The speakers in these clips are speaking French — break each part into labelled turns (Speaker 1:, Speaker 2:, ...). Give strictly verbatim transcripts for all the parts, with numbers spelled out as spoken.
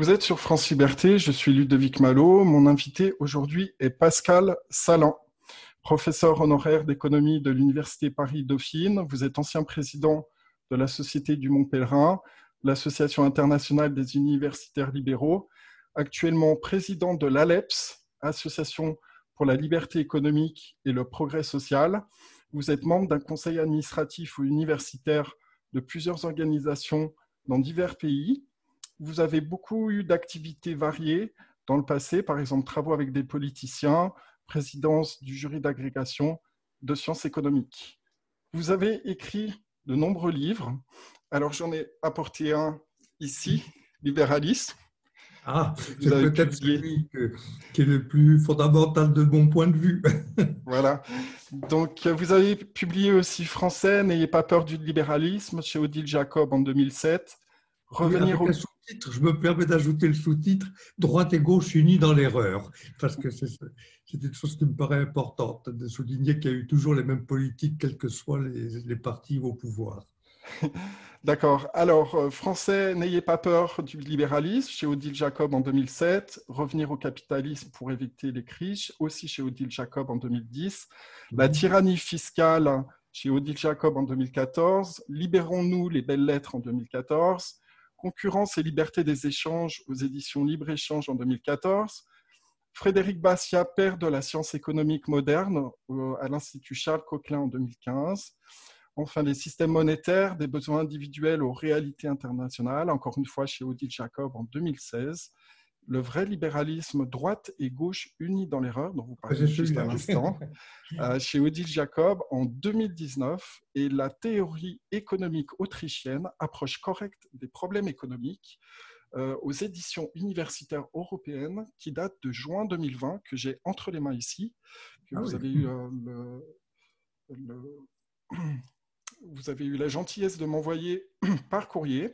Speaker 1: Vous êtes sur France Liberté, je suis Ludovic Malo. Mon invité aujourd'hui est Pascal Salan, professeur honoraire d'économie de l'Université Paris-Dauphine. Vous êtes ancien président de la Société du Mont Pèlerin, l'Association internationale des universitaires libéraux, actuellement président de l'ALEPS, Association pour la liberté économique et le progrès social. Vous êtes membre d'un conseil administratif ou universitaire de plusieurs organisations dans divers pays. Vous avez beaucoup eu d'activités variées dans le passé, par exemple travaux avec des politiciens, présidence du jury d'agrégation de sciences économiques. Vous avez écrit de nombreux livres. Alors j'en ai apporté un ici, Libéralisme.
Speaker 2: Ah, c'est peut-être publié... celui que, qui est le plus fondamental de mon point de vue.
Speaker 1: Voilà. Donc, vous avez publié aussi Français, n'ayez pas peur du libéralisme, chez Odile Jacob en deux mille sept.
Speaker 2: Revenir oui, avec au... un sous-titre, je me permets d'ajouter le sous-titre « Droite et gauche unis dans l'erreur », parce que c'est une chose qui me paraît importante, de souligner qu'il y a eu toujours les mêmes politiques, quels que soient les, les partis au pouvoir.
Speaker 1: D'accord. Alors, Français, n'ayez pas peur du libéralisme, chez Odile Jacob en deux mille sept. Revenir au capitalisme pour éviter les crises, aussi chez Odile Jacob en deux mille dix. Mmh. La tyrannie fiscale, chez Odile Jacob en deux mille quatorze. Libérons-nous les belles lettres en deux mille quatorze. Concurrence et liberté des échanges aux éditions Libre-Échange en deux mille quatorze. Frédéric Bastiat, père de la science économique moderne à l'Institut Charles Coquelin en deux mille quinze. Enfin, les systèmes monétaires, des besoins individuels aux réalités internationales, encore une fois chez Odile Jacob en deux mille seize. Le vrai libéralisme, droite et gauche unis dans l'erreur, dont vous parlez juste à l'instant, euh, chez Odile Jacob en deux mille dix-neuf. Et la théorie économique autrichienne, approche correcte des problèmes économiques, euh, aux éditions universitaires européennes, qui date de juin deux mille vingt, que j'ai entre les mains ici, que ah vous oui. avez eu euh, le... le vous avez eu la gentillesse de m'envoyer par courrier.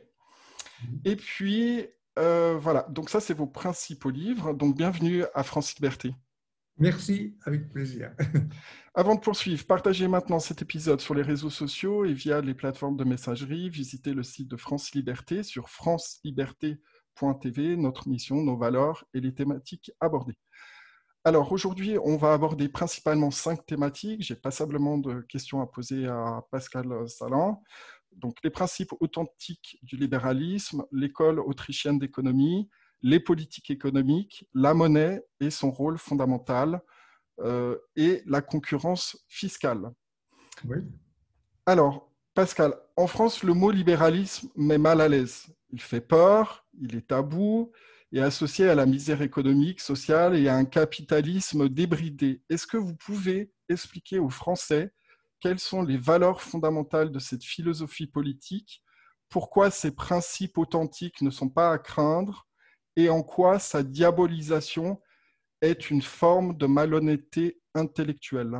Speaker 1: Et puis, euh, voilà, donc ça, c'est vos principaux livres. Donc, bienvenue à France Liberté.
Speaker 2: Merci, avec plaisir.
Speaker 1: Avant de poursuivre, partagez maintenant cet épisode sur les réseaux sociaux et via les plateformes de messagerie. Visitez le site de France Liberté sur france liberté point t v, notre mission, nos valeurs et les thématiques abordées. Alors, aujourd'hui, on va aborder principalement cinq thématiques. J'ai passablement de questions à poser à Pascal Salan. Donc, les principes authentiques du libéralisme, l'école autrichienne d'économie, les politiques économiques, la monnaie et son rôle fondamental, euh, et la concurrence fiscale.
Speaker 2: Oui.
Speaker 1: Alors, Pascal, en France, le mot libéralisme met mal à l'aise. Il fait peur, il est tabou, et associé à la misère économique, sociale et à un capitalisme débridé. Est-ce que vous pouvez expliquer aux Français quelles sont les valeurs fondamentales de cette philosophie politique, pourquoi ces principes authentiques ne sont pas à craindre et en quoi sa diabolisation est une forme de malhonnêteté intellectuelle?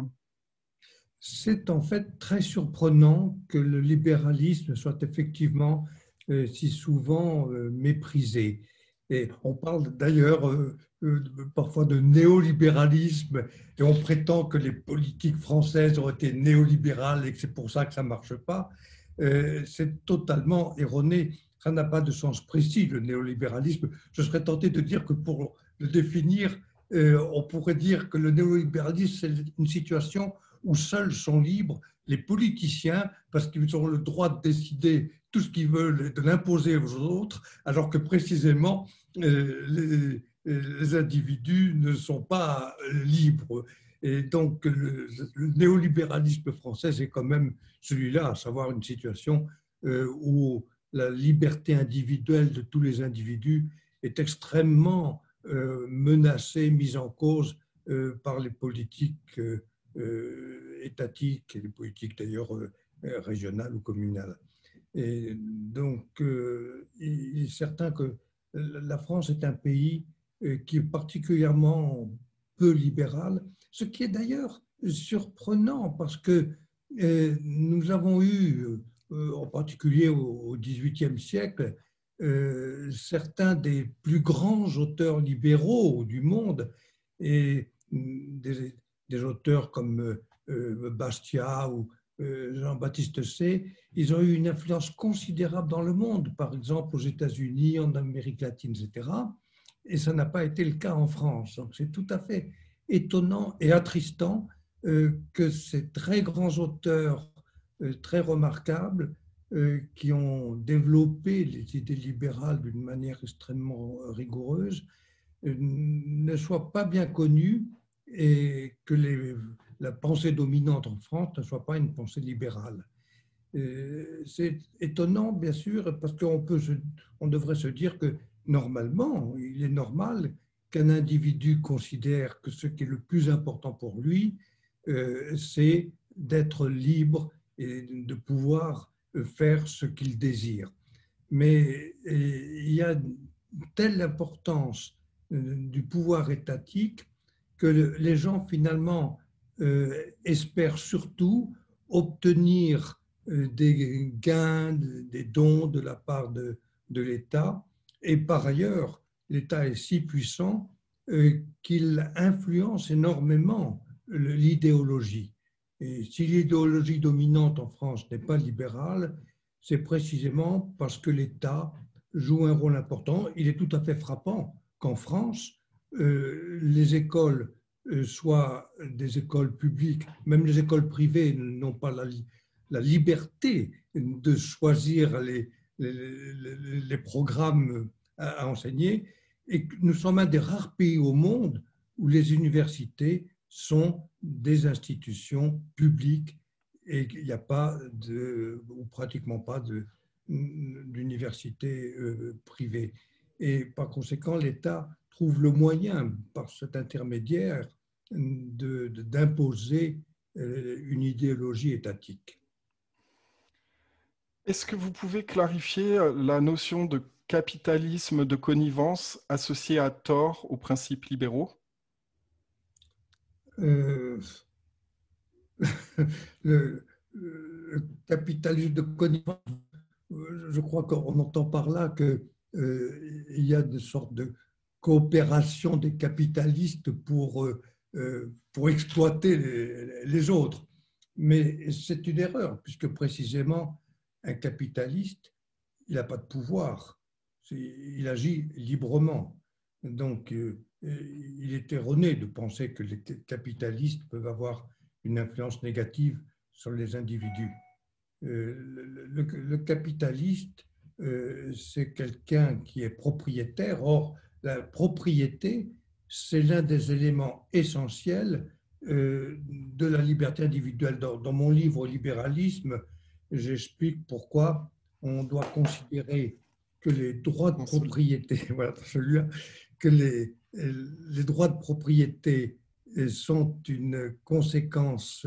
Speaker 2: C'est en fait très surprenant que le libéralisme soit effectivement euh, si souvent euh, méprisé. Et on parle d'ailleurs euh, euh, parfois de néolibéralisme et on prétend que les politiques françaises ont été néolibérales et que c'est pour ça que ça ne marche pas. Euh, c'est totalement erroné. Ça n'a pas de sens précis, le néolibéralisme. Je serais tenté de dire que pour le définir, euh, on pourrait dire que le néolibéralisme, c'est une situation où seuls sont libres les politiciens parce qu'ils ont le droit de décider tout ce qu'ils veulent et de l'imposer aux autres, alors que précisément euh, les, les individus ne sont pas libres. Et donc le, le néolibéralisme français, c'est quand même celui-là, à savoir une situation euh, où la liberté individuelle de tous les individus est extrêmement euh, menacée, mise en cause euh, par les politiques euh, Euh, étatiques et les politiques d'ailleurs euh, régionales ou communales. Et donc, euh, il est certain que la France est un pays euh, qui est particulièrement peu libéral, ce qui est d'ailleurs surprenant parce que euh, nous avons eu, euh, en particulier au dix-huitième siècle, euh, certains des plus grands auteurs libéraux du monde et des des auteurs comme euh, Bastiat ou Jean-Baptiste Say, ils ont eu une influence considérable dans le monde, par exemple aux États-Unis, en Amérique latine, et cetera. Et ça n'a pas été le cas en France. Donc c'est tout à fait étonnant et attristant euh, que ces très grands auteurs euh, très remarquables euh, qui ont développé les idées libérales d'une manière extrêmement rigoureuse euh, ne soient pas bien connus et que les, la pensée dominante en France ne soit pas une pensée libérale. Euh, c'est étonnant, bien sûr, parce qu'on peut se, on devrait se dire que normalement, il est normal qu'un individu considère que ce qui est le plus important pour lui, euh, c'est d'être libre et de pouvoir faire ce qu'il désire. Mais il y a telle importance du pouvoir étatique que les gens finalement euh, espèrent surtout obtenir euh, des gains, des dons de la part de, de l'État. Et par ailleurs, l'État est si puissant euh, qu'il influence énormément l'idéologie. Et si l'idéologie dominante en France n'est pas libérale, c'est précisément parce que l'État joue un rôle important. Il est tout à fait frappant qu'en France, euh, les écoles euh, soient des écoles publiques, même les écoles privées n'ont pas la, la liberté de choisir les, les, les programmes à, à enseigner, et que nous sommes un des rares pays au monde où les universités sont des institutions publiques et qu'il n'y a pas de, ou pratiquement pas de, d'universités euh, privées. Et par conséquent, l'État trouve le moyen, par cet intermédiaire, de, de, d'imposer euh, une idéologie étatique.
Speaker 1: Est-ce que vous pouvez clarifier la notion de capitalisme de connivence associée à tort aux principes libéraux?
Speaker 2: euh, le, le capitalisme de connivence, je crois qu'on entend par là qu'il euh, y a une sorte de coopération des capitalistes pour, euh, pour exploiter les, les autres. Mais c'est une erreur, puisque précisément, un capitaliste, il n'a pas de pouvoir. Il agit librement. Donc, euh, il est erroné de penser que les capitalistes peuvent avoir une influence négative sur les individus. Euh, le, le, le capitaliste, euh, c'est quelqu'un qui est propriétaire. Or, la propriété, c'est l'un des éléments essentiels euh, de la liberté individuelle. Dans, dans mon livre Libéralisme, j'explique pourquoi on doit considérer que les droits de propriété, voilà, celui-là, que les, les droits de propriété sont une conséquence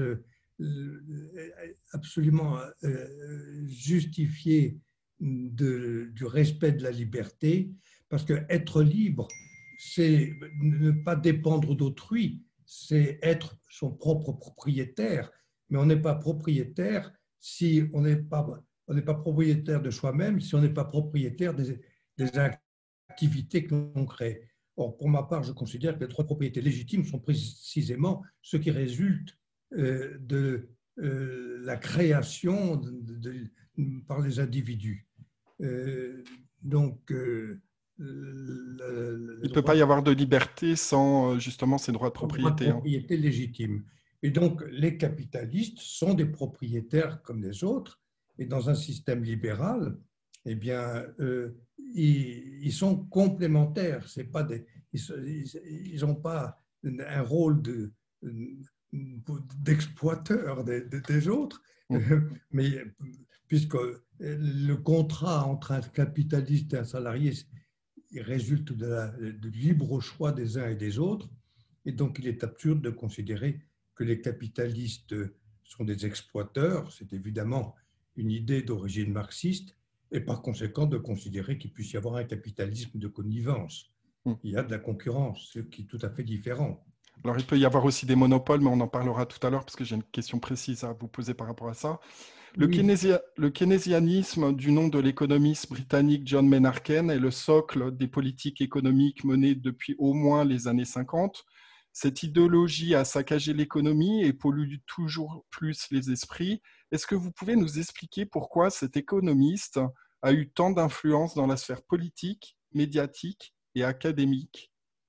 Speaker 2: absolument justifiée de, du respect de la liberté, parce que être libre, c'est ne pas dépendre d'autrui, c'est être son propre propriétaire, mais on n'est pas propriétaire si on n'est pas, on n'est pas propriétaire de soi-même, si on n'est pas propriétaire des, des activités que l'on crée. Or, pour ma part, je considère que les droits de propriété légitimes sont précisément ceux qui résultent euh, de euh, la création de, de, de, par les individus. Euh, donc, euh,
Speaker 1: le, il ne peut pas y avoir de liberté sans justement ces droits de propriété.
Speaker 2: Droits de propriété hein. légitimes. Et donc, les capitalistes sont des propriétaires comme les autres, et dans un système libéral, eh bien, euh, ils, ils sont complémentaires. C'est pas des, ils n'ont pas un rôle de, d'exploiteur des, des autres, mmh. mais puisque le contrat entre un capitaliste et un salarié, il résulte de la, du libre choix des uns et des autres, et donc il est absurde de considérer que les capitalistes sont des exploiteurs. C'est évidemment une idée d'origine marxiste, et par conséquent de considérer qu'il puisse y avoir un capitalisme de connivence. Il y a de la concurrence, ce qui est tout à fait différent.
Speaker 1: Alors, il peut y avoir aussi des monopoles, mais on en parlera tout à l'heure parce que j'ai une question précise à vous poser par rapport à ça. Le, oui. keynésia, le keynésianisme, du nom de l'économiste britannique John Maynard Keynes, est le socle des politiques économiques menées depuis au moins les années cinquante. Cette idéologie a saccagé l'économie et pollue toujours plus les esprits. Est-ce que vous pouvez nous expliquer pourquoi cet économiste a eu tant d'influence dans la sphère politique, médiatique et académique?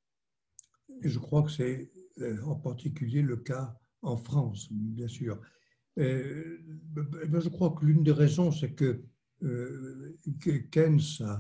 Speaker 2: Et je crois que c'est euh, en particulier le cas en France, bien sûr. Euh, ben, je crois que l'une des raisons, c'est que, euh, que Keynes a,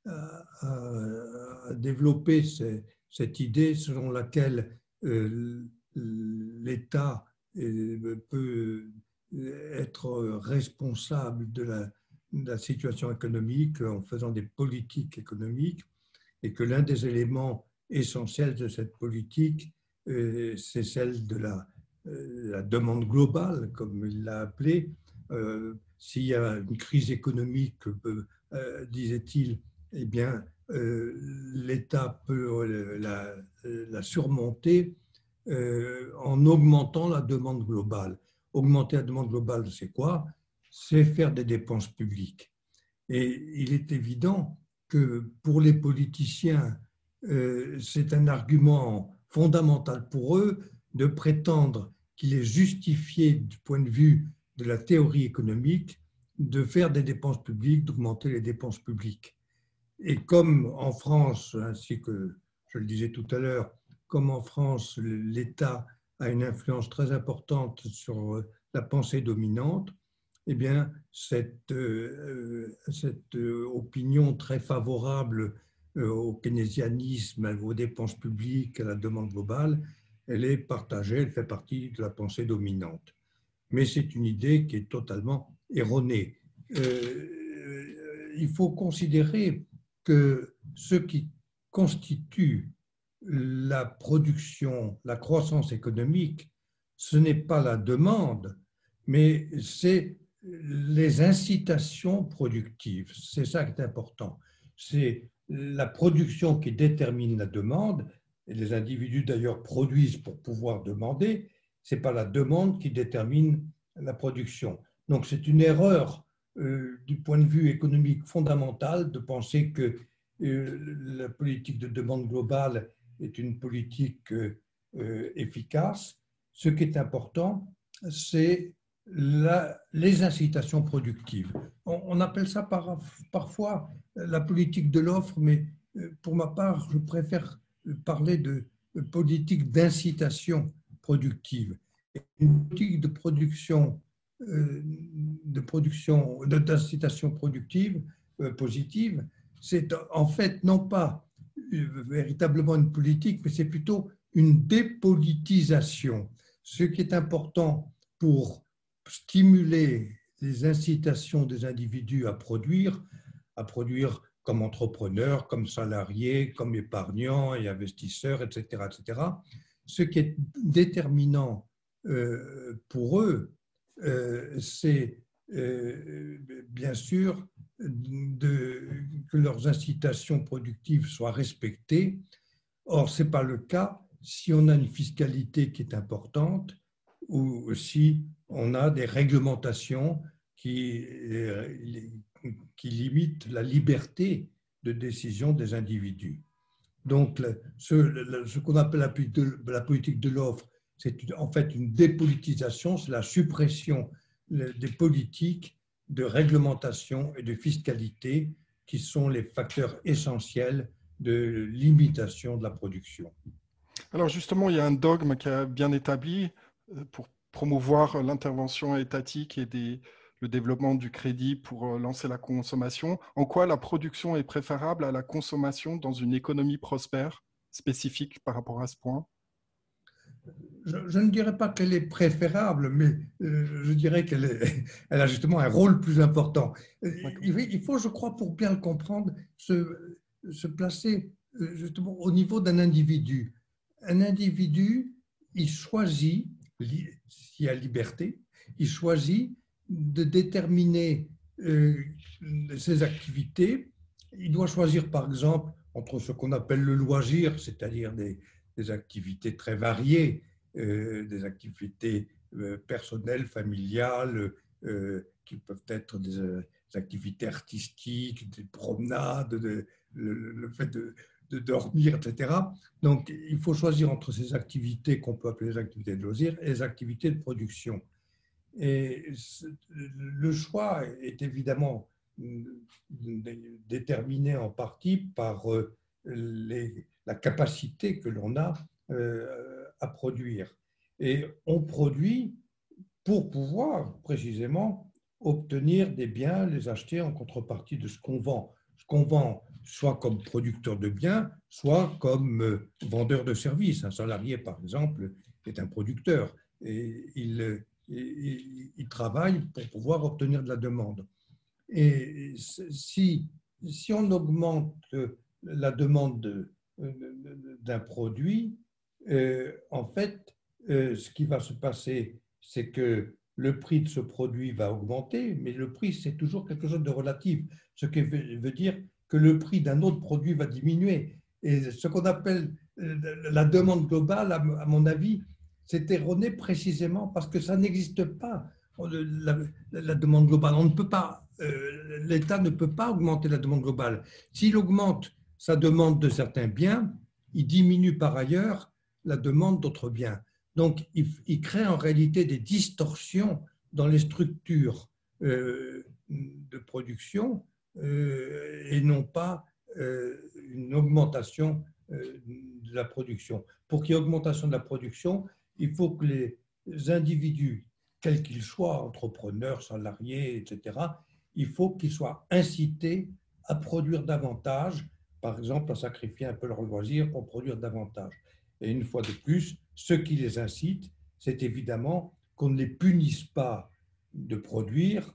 Speaker 2: a, a développé ces, cette idée selon laquelle euh, l'État peut être responsable de la, de la situation économique en faisant des politiques économiques, et que l'un des éléments essentiels de cette politique, euh, c'est celle de la, euh, la demande globale, comme il l'a appelé. Euh, s'il y a une crise économique, euh, disait-il, eh bien, euh, l'État peut la, la surmonter euh, en augmentant la demande globale. Augmenter la demande globale, c'est quoi? C'est faire des dépenses publiques. Et il est évident que pour les politiciens, euh, c'est un argument fondamental pour eux de prétendre qu'il est justifié du point de vue de la théorie économique de faire des dépenses publiques, d'augmenter les dépenses publiques. Et comme en France, ainsi que je le disais tout à l'heure, comme en France, l'État a une influence très importante sur la pensée dominante, eh bien, cette, euh, cette opinion très favorable euh, au keynésianisme, aux dépenses publiques, à la demande globale, elle est partagée, elle fait partie de la pensée dominante. Mais c'est une idée qui est totalement erronée. Euh, il faut considérer que ce qui constitue la production, la croissance économique, ce n'est pas la demande, mais c'est les incitations productives. C'est ça qui est important. C'est la production qui détermine la demande, et les individus d'ailleurs produisent pour pouvoir demander. Ce n'est pas la demande qui détermine la production. Donc c'est une erreur euh, du point de vue économique fondamental de penser que euh, la politique de demande globale est une politique euh, efficace. Ce qui est important, c'est la, les incitations productives. On, on appelle ça par, parfois la politique de l'offre, mais pour ma part, je préfère parler de, de politique d'incitation productive. Une politique de production, euh, de production, d'incitation productive euh, positive, c'est en fait non pas véritablement une politique, mais c'est plutôt une dépolitisation. Ce qui est important pour stimuler les incitations des individus à produire, à produire comme entrepreneurs, comme salariés, comme épargnants et investisseurs, et cetera, et cetera. Ce qui est déterminant euh, pour eux, euh, c'est euh, bien sûr de, que leurs incitations productives soient respectées. Or, ce n'est pas le cas si on a une fiscalité qui est importante ou si on a des réglementations qui, qui limitent la liberté de décision des individus. Donc, ce, ce qu'on appelle la politique de l'offre, c'est en fait une dépolitisation, c'est la suppression des politiques de réglementation et de fiscalité qui sont les facteurs essentiels de limitation de la production.
Speaker 1: Alors justement, il y a un dogme qui est bien établi pour promouvoir l'intervention étatique et des, le développement du crédit pour lancer la consommation. En quoi la production est préférable à la consommation dans une économie prospère, spécifique par rapport à ce point?
Speaker 2: Je, je ne dirais pas qu'elle est préférable, mais euh, je dirais qu'elle est, elle a justement un rôle plus important. Il, il faut, je crois, pour bien le comprendre, se, se placer justement au niveau d'un individu. Un individu, il choisit, s'il y a liberté, il choisit de déterminer euh, ses activités. Il doit choisir, par exemple, entre ce qu'on appelle le loisir, c'est-à-dire des, des activités très variées, euh, des activités euh, personnelles, familiales, euh, qui peuvent être des, euh, des activités artistiques, des promenades, de, le, le fait de, de dormir, et cetera. Donc, il faut choisir entre ces activités qu'on peut appeler les activités de loisirs et les activités de production. Et le choix est évidemment déterminé en partie par les, la capacité que l'on a euh, à produire. Et on produit pour pouvoir précisément obtenir des biens, les acheter en contrepartie de ce qu'on vend. Ce qu'on vend, soit comme producteur de biens, soit comme vendeur de services. Un salarié, par exemple, est un producteur et il, il, il travaille pour pouvoir obtenir de la demande. Et si, si on augmente la demande d'un produit, euh, en fait, euh, ce qui va se passer, c'est que le prix de ce produit va augmenter, mais le prix, c'est toujours quelque chose de relatif, ce qui veut dire que le prix d'un autre produit va diminuer. Et ce qu'on appelle la demande globale, à mon avis, c'est erroné précisément parce que ça n'existe pas, la, la demande globale. On ne peut pas, euh, l'État ne peut pas augmenter la demande globale. S'il augmente sa demande de certains biens, il diminue par ailleurs la demande d'autres biens. Donc, il, il crée en réalité des distorsions dans les structures euh, de production euh, et non pas euh, une augmentation euh, de la production. Pour qu'il y ait augmentation de la production, il faut que les individus, quels qu'ils soient, entrepreneurs, salariés, et cetera, il faut qu'ils soient incités à produire davantage, par exemple à sacrifier un peu leurs loisirs pour produire davantage. Et une fois de plus, ce qui les incite, c'est évidemment qu'on ne les punisse pas de produire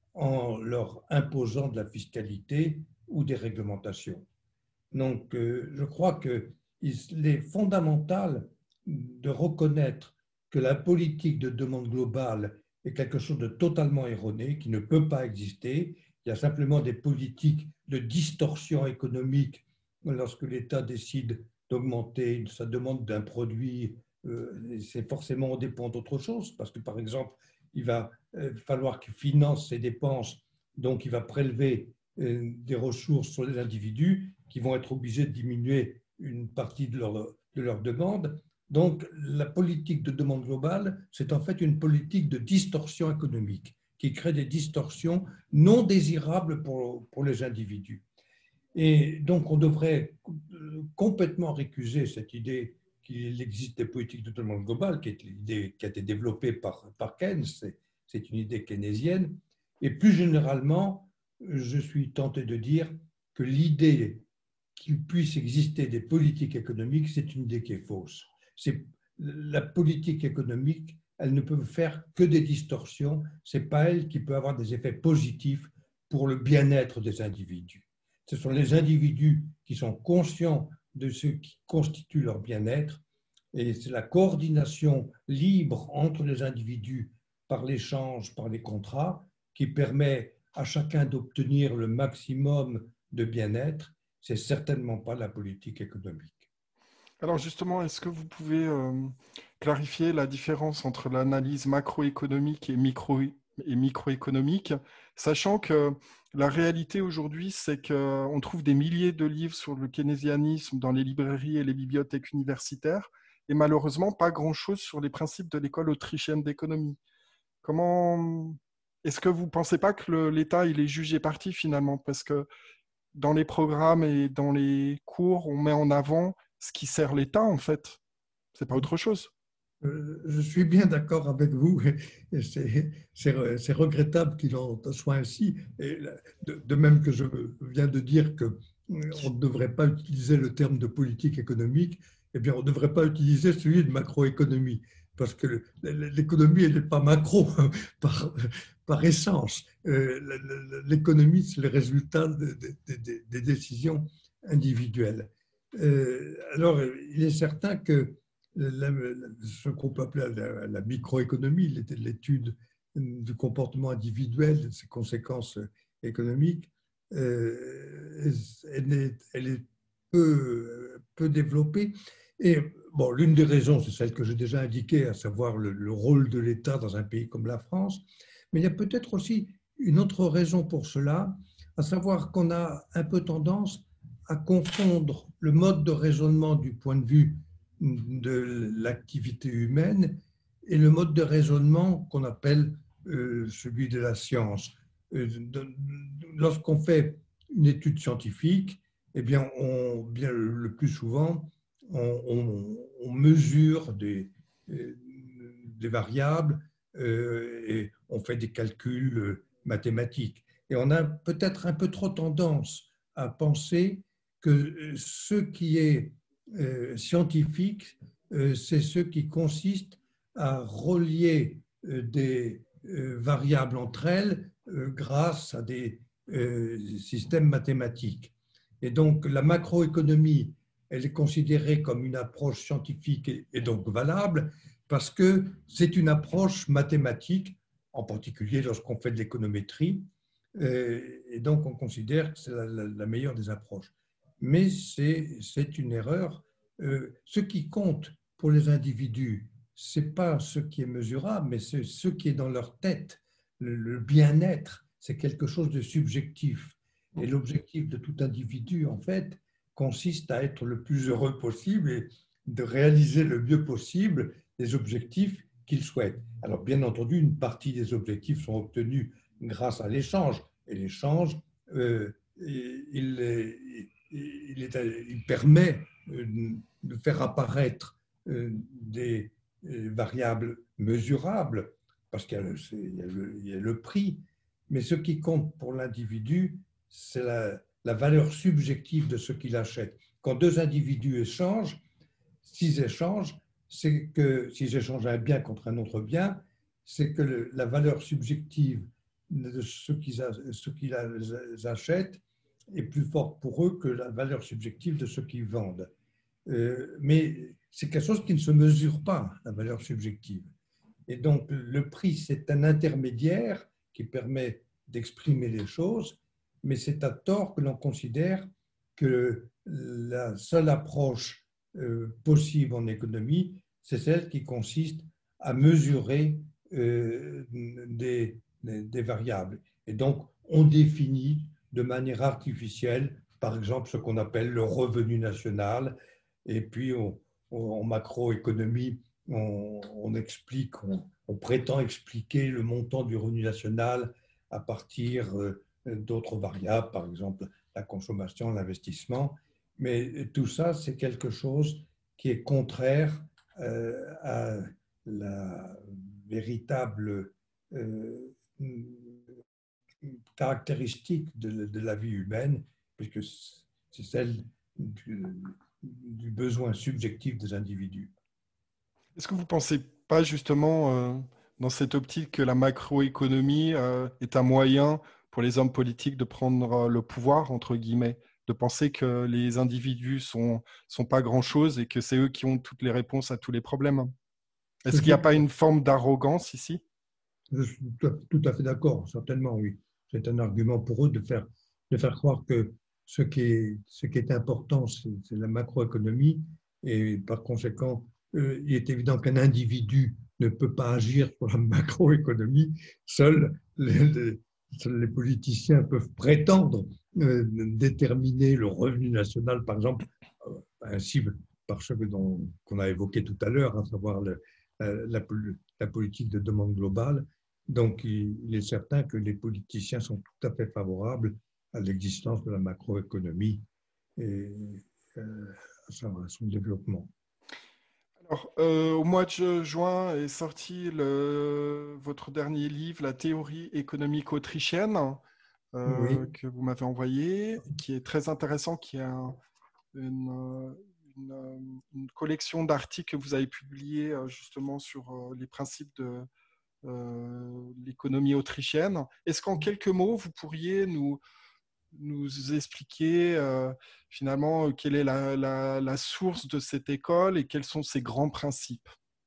Speaker 2: en leur imposant de la fiscalité ou des réglementations. Donc, euh, je crois qu'il est fondamental de reconnaître que la politique de demande globale est quelque chose de totalement erroné, qui ne peut pas exister. Il y a simplement des politiques de distorsion économique lorsque l'État décide d'augmenter sa demande d'un produit. Euh, c'est forcément au dépend d'autre chose, parce que, par exemple, il va euh, falloir qu'il finance ses dépenses, donc il va prélever euh, des ressources sur les individus qui vont être obligés de diminuer une partie de leur, de leur demande. Donc, la politique de demande globale, c'est en fait une politique de distorsion économique qui crée des distorsions non désirables pour, pour les individus. Et donc, on devrait complètement récuser cette idée qu'il existe des politiques de demande globale, qui est l'idée qui a été développée par, par Keynes, c'est une idée keynésienne. Et plus généralement, je suis tenté de dire que l'idée qu'il puisse exister des politiques économiques, c'est une idée qui est fausse. C'est la politique économique, elle ne peut faire que des distorsions. C'est pas elle qui peut avoir des effets positifs pour le bien-être des individus. Ce sont les individus qui sont conscients de ce qui constitue leur bien-être, et c'est la coordination libre entre les individus par l'échange, par les contrats, qui permet à chacun d'obtenir le maximum de bien-être. C'est certainement pas la politique économique.
Speaker 1: Alors justement, est-ce que vous pouvez euh, clarifier la différence entre l'analyse macroéconomique et, micro, et microéconomique, sachant que la réalité aujourd'hui, c'est qu'on trouve des milliers de livres sur le keynésianisme dans les librairies et les bibliothèques universitaires, et malheureusement pas grand-chose sur les principes de l'école autrichienne d'économie. Comment est-ce que vous ne pensez pas que l'État il est jugé parti finalement? Parce que dans les programmes et dans les cours, on met en avant ce qui sert l'État, en fait. C'est pas autre chose.
Speaker 2: Je suis bien d'accord avec vous. C'est regrettable qu'il en soit ainsi. Et de, de même que je viens de dire qu'on ne devrait pas utiliser le terme de politique économique, eh bien, on ne devrait pas utiliser celui de macroéconomie, parce que l'économie, elle n'est pas macro par, par essence. L'économie, c'est le résultat de, de, de, des décisions individuelles. Alors, il est certain que la, ce qu'on peut appeler la, la microéconomie, l'étude du comportement individuel, de ses conséquences économiques, euh, elle est, elle est peu, peu développée. Et bon, l'une des raisons, c'est celle que j'ai déjà indiquée, à savoir le, le rôle de l'État dans un pays comme la France. Mais il y a peut-être aussi une autre raison pour cela, à savoir qu'on a un peu tendance à confondre le mode de raisonnement du point de vue de l'activité humaine et le mode de raisonnement qu'on appelle euh, celui de la science. Euh, Lorsqu'on fait une étude scientifique, eh bien, on, bien le plus souvent, on, on, on mesure des, des variables euh, et on fait des calculs mathématiques. Et on a peut-être un peu trop tendance à penser que ce qui est euh, scientifique, euh, c'est ce qui consiste à relier euh, des euh, variables entre elles euh, grâce à des euh, systèmes mathématiques. Et donc la macroéconomie, elle est considérée comme une approche scientifique et, et donc valable parce que c'est une approche mathématique, en particulier lorsqu'on fait de l'économétrie, euh, et donc on considère que c'est la, la, la meilleure des approches. Mais c'est une erreur. Euh, ce qui compte pour les individus, ce n'est pas ce qui est mesurable, mais c'est ce qui est dans leur tête. Le, le bien-être, c'est quelque chose de subjectif. Et l'objectif de tout individu, en fait, consiste à être le plus heureux possible et de réaliser le mieux possible les objectifs qu'il souhaite. Alors, bien entendu, une partie des objectifs sont obtenus grâce à l'échange. Et l'échange, euh, il, il, il, il permet de faire apparaître des variables mesurables, parce qu'il y a le, il y a le, il y a le prix, mais ce qui compte pour l'individu, c'est la, la valeur subjective de ce qu'il achète. Quand deux individus échangent, s'ils échangent, c'est que s'ils échangent un bien contre un autre bien, c'est que le, la valeur subjective de ce qu'ils, ce qu'ils achètent est plus forte pour eux que la valeur subjective de ceux qui vendent. Euh, mais c'est quelque chose qui ne se mesure pas, la valeur subjective. Et donc, le prix, c'est un intermédiaire qui permet d'exprimer les choses, mais c'est à tort que l'on considère que la seule approche euh, possible en économie, c'est celle qui consiste à mesurer euh, des, des, des variables. Et donc, on définit de manière artificielle, par exemple, ce qu'on appelle le revenu national, et puis on, on, en macroéconomie, on, on explique, on, on prétend expliquer le montant du revenu national à partir d'autres variables, par exemple la consommation, l'investissement. Mais tout ça, c'est quelque chose qui est contraire euh, à la véritable euh, caractéristique de, de la vie humaine, puisque c'est celle du, du besoin subjectif des individus.
Speaker 1: Est-ce que vous ne pensez pas justement euh, dans cette optique que la macroéconomie euh, est un moyen pour les hommes politiques de prendre le pouvoir, entre guillemets, de penser que les individus sont, sont pas grand-chose et que c'est eux qui ont toutes les réponses à tous les problèmes? Est-ce qu'il n'y a pas une forme d'arrogance ici?
Speaker 2: Je suis tout à fait d'accord, certainement, oui. C'est un argument pour eux de faire, de faire croire que ce qui est, ce qui est important, c'est la macroéconomie, et par conséquent, euh, il est évident qu'un individu ne peut pas agir sur la macroéconomie. Seuls les, les, seuls les politiciens peuvent prétendre euh, déterminer le revenu national, par exemple, euh, ainsi par ce qu'on a évoqué tout à l'heure, à savoir le, la, la, la politique de demande globale. Donc, il est certain que les politiciens sont tout à fait favorables à l'existence de la macroéconomie et euh, à son développement.
Speaker 1: Alors, euh, au mois de juin est sorti le, votre dernier livre, La théorie économique autrichienne, euh,
Speaker 2: Oui.
Speaker 1: que vous m'avez envoyé, qui est très intéressant, qui est un, une, une, une, collection d'articles que vous avez publiés justement sur les principes de euh, l'économie autrichienne. Est-ce qu'en quelques mots, vous pourriez nous, nous expliquer euh, finalement quelle est la, la, la source de cette école et quels sont ses grands principes?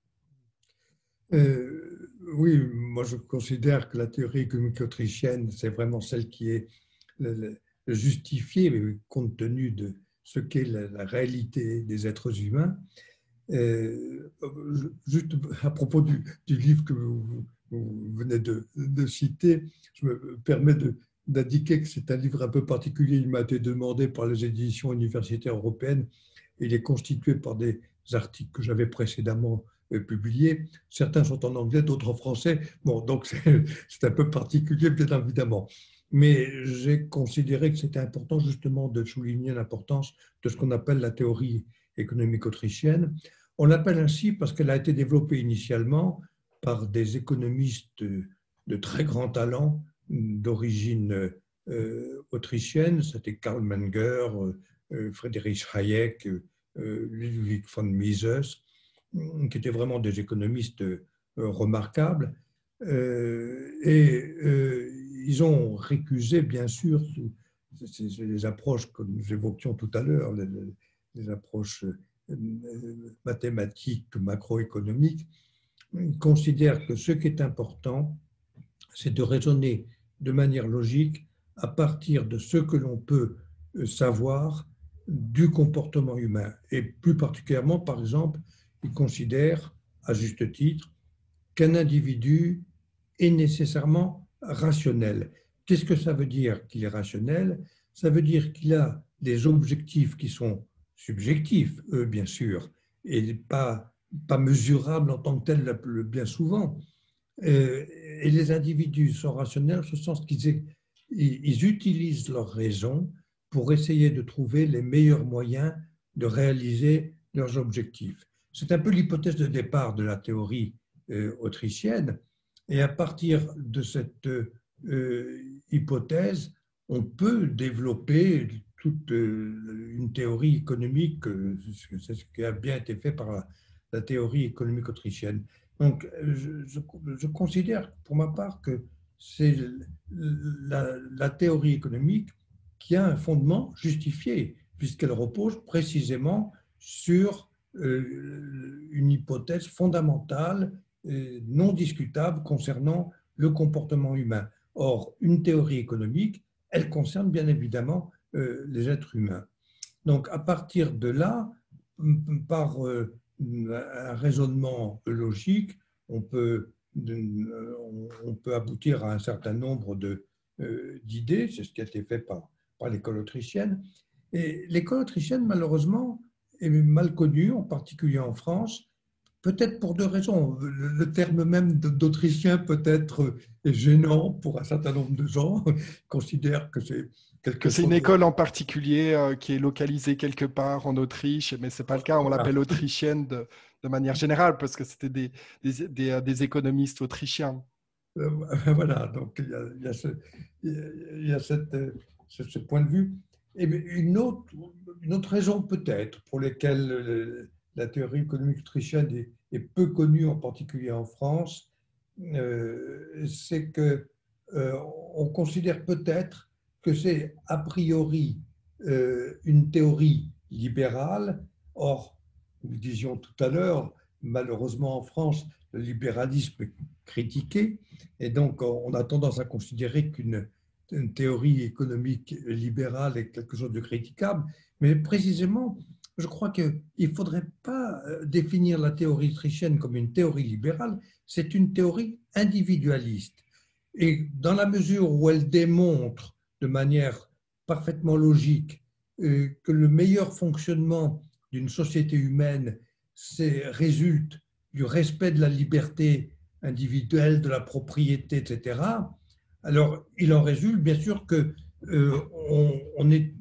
Speaker 2: Euh, oui, moi je considère que la théorie économique autrichienne, c'est vraiment celle qui est le, le, le justifiée compte tenu de ce qu'est la, la réalité des êtres humains. Euh, juste à propos du, du livre que vous, vous venez de, de, citer, je me permets d'indiquer que c'est un livre un peu particulier. Il m'a été demandé par les éditions universitaires européennes. Il est constitué par des, articles que j'avais précédemment publiés. Certains sont en anglais, d'autres en français. Bon, donc c'est un peu particulier, bien évidemment. Mais j'ai considéré que c'était important justement de souligner l'importance de ce qu'on appelle la théorie économique autrichienne. On l'appelle ainsi parce qu'elle a été développée initialement par des économistes de très grand talent d'origine euh, autrichienne. C'était Karl Menger, euh, Friedrich Hayek, euh, Ludwig von Mises, qui étaient vraiment des économistes euh, remarquables. Euh, et euh, ils ont récusé, bien sûr, les approches que nous évoquions tout à l'heure, les, les approches mathématiques, macroéconomiques. Ils considèrent que ce qui est important, c'est de raisonner de manière logique à partir de ce que l'on peut savoir du comportement humain. Et plus particulièrement, par exemple, ils considèrent, à juste titre, qu'un individu est nécessairement rationnel. Qu'est-ce que ça veut dire qu'il est rationnel? Ça veut dire qu'il a des objectifs qui sont subjectifs, eux, bien sûr, et pas, pas mesurables en tant que tels bien souvent. Et les individus sont rationnels en ce sens qu'ils ils utilisent leur raison pour essayer de trouver les meilleurs moyens de réaliser leurs objectifs. C'est un peu l'hypothèse de départ de la théorie euh, autrichienne. Et à partir de cette euh, hypothèse, on peut développer toute euh, une théorie économique, euh, c'est ce qui a bien été fait par la, la théorie économique autrichienne. Donc, je, je, je considère pour ma part que c'est la, la théorie économique qui a un fondement justifié, puisqu'elle repose précisément sur euh, une hypothèse fondamentale, euh, non discutable concernant le comportement humain. Or, une théorie économique, elle concerne bien évidemment euh, les êtres humains. Donc, à partir de là, par euh, un raisonnement logique, on peut, on peut aboutir à un certain nombre de, euh, d'idées. C'est ce qui a été fait par, par l'école autrichienne. Et l'école autrichienne, malheureusement, est mal connue, en particulier en France, peut-être pour deux raisons. Le, le terme même d'Autrichien peut être gênant pour un certain nombre de gens, considèrent que c'est quelque
Speaker 1: que c'est
Speaker 2: chose...
Speaker 1: une école en particulier euh, qui est localisée quelque part en Autriche, mais ce n'est pas le cas. On l'appelle autrichienne de, de manière générale parce que c'était des, des, des, des économistes autrichiens.
Speaker 2: Euh, voilà, donc il y a, il y a, ce, il y a cette, ce, ce point de vue. Et une autre, une autre raison peut-être pour laquelle la théorie économique autrichienne est, est peu connue, en particulier en France, euh, c'est que euh, on considère peut-être que c'est a priori euh, une théorie libérale. Or, nous le disions tout à l'heure, malheureusement en France, le libéralisme est critiqué, et donc on a tendance à considérer qu'une une théorie économique libérale est quelque chose de critiquable, mais précisément, je crois qu'il ne faudrait pas définir la théorie autrichienne comme une théorie libérale, c'est une théorie individualiste. Et dans la mesure où elle démontre de manière parfaitement logique que le meilleur fonctionnement d'une société humaine résulte du respect de la liberté individuelle, de la propriété, et cetera, alors il en résulte bien sûr qu'on euh, on est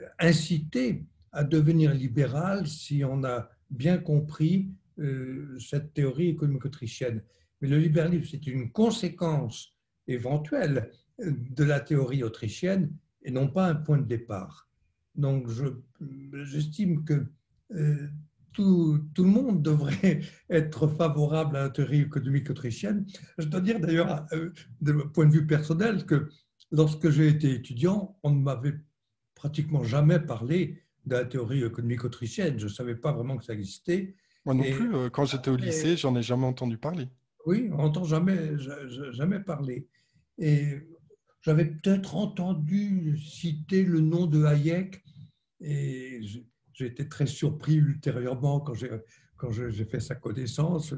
Speaker 2: incité à devenir libéral si on a bien compris euh, cette théorie économique autrichienne. Mais le libéralisme, c'est une conséquence éventuelle de la théorie autrichienne et non pas un point de départ. Donc je, j'estime que euh, Tout, tout, le monde devrait être favorable à la théorie économique autrichienne. Je dois dire d'ailleurs, de mon point de vue personnel, que lorsque j'ai été étudiant, on ne m'avait pratiquement jamais parlé de la théorie économique autrichienne. Je ne savais pas vraiment que ça existait.
Speaker 1: Moi non
Speaker 2: et,
Speaker 1: plus, quand j'étais au lycée, j'en ai jamais entendu parler.
Speaker 2: Oui, on n'entend jamais, jamais parler. Et j'avais peut-être entendu citer le nom de Hayek, et j'ai été très surpris ultérieurement quand j'ai quand j'ai fait sa connaissance.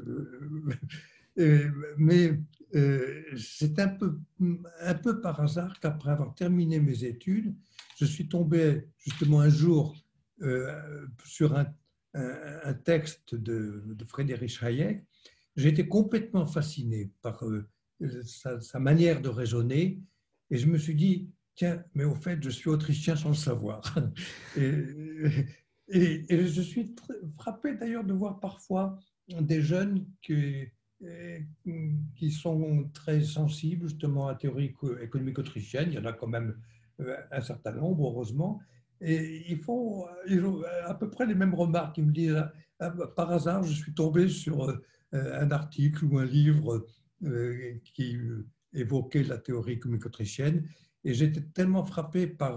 Speaker 2: Mais c'est un peu, un peu par hasard qu'après avoir terminé mes études, je suis tombé justement un jour euh, sur un, un, un texte de, de Friedrich Hayek, j'ai été complètement fasciné par euh, sa, sa manière de raisonner et je me suis dit, tiens, mais au fait, je suis autrichien sans le savoir. Et, et, et je suis très frappé d'ailleurs de voir parfois des jeunes qui, qui sont très sensibles justement à la théorie économique autrichienne. Il y en a quand même un certain nombre, heureusement. Et ils font, ils ont à peu près les mêmes remarques. Ils me disent, par hasard, je suis tombé sur un article ou un livre qui évoquait la théorie économique autrichienne. Et j'étais tellement frappé par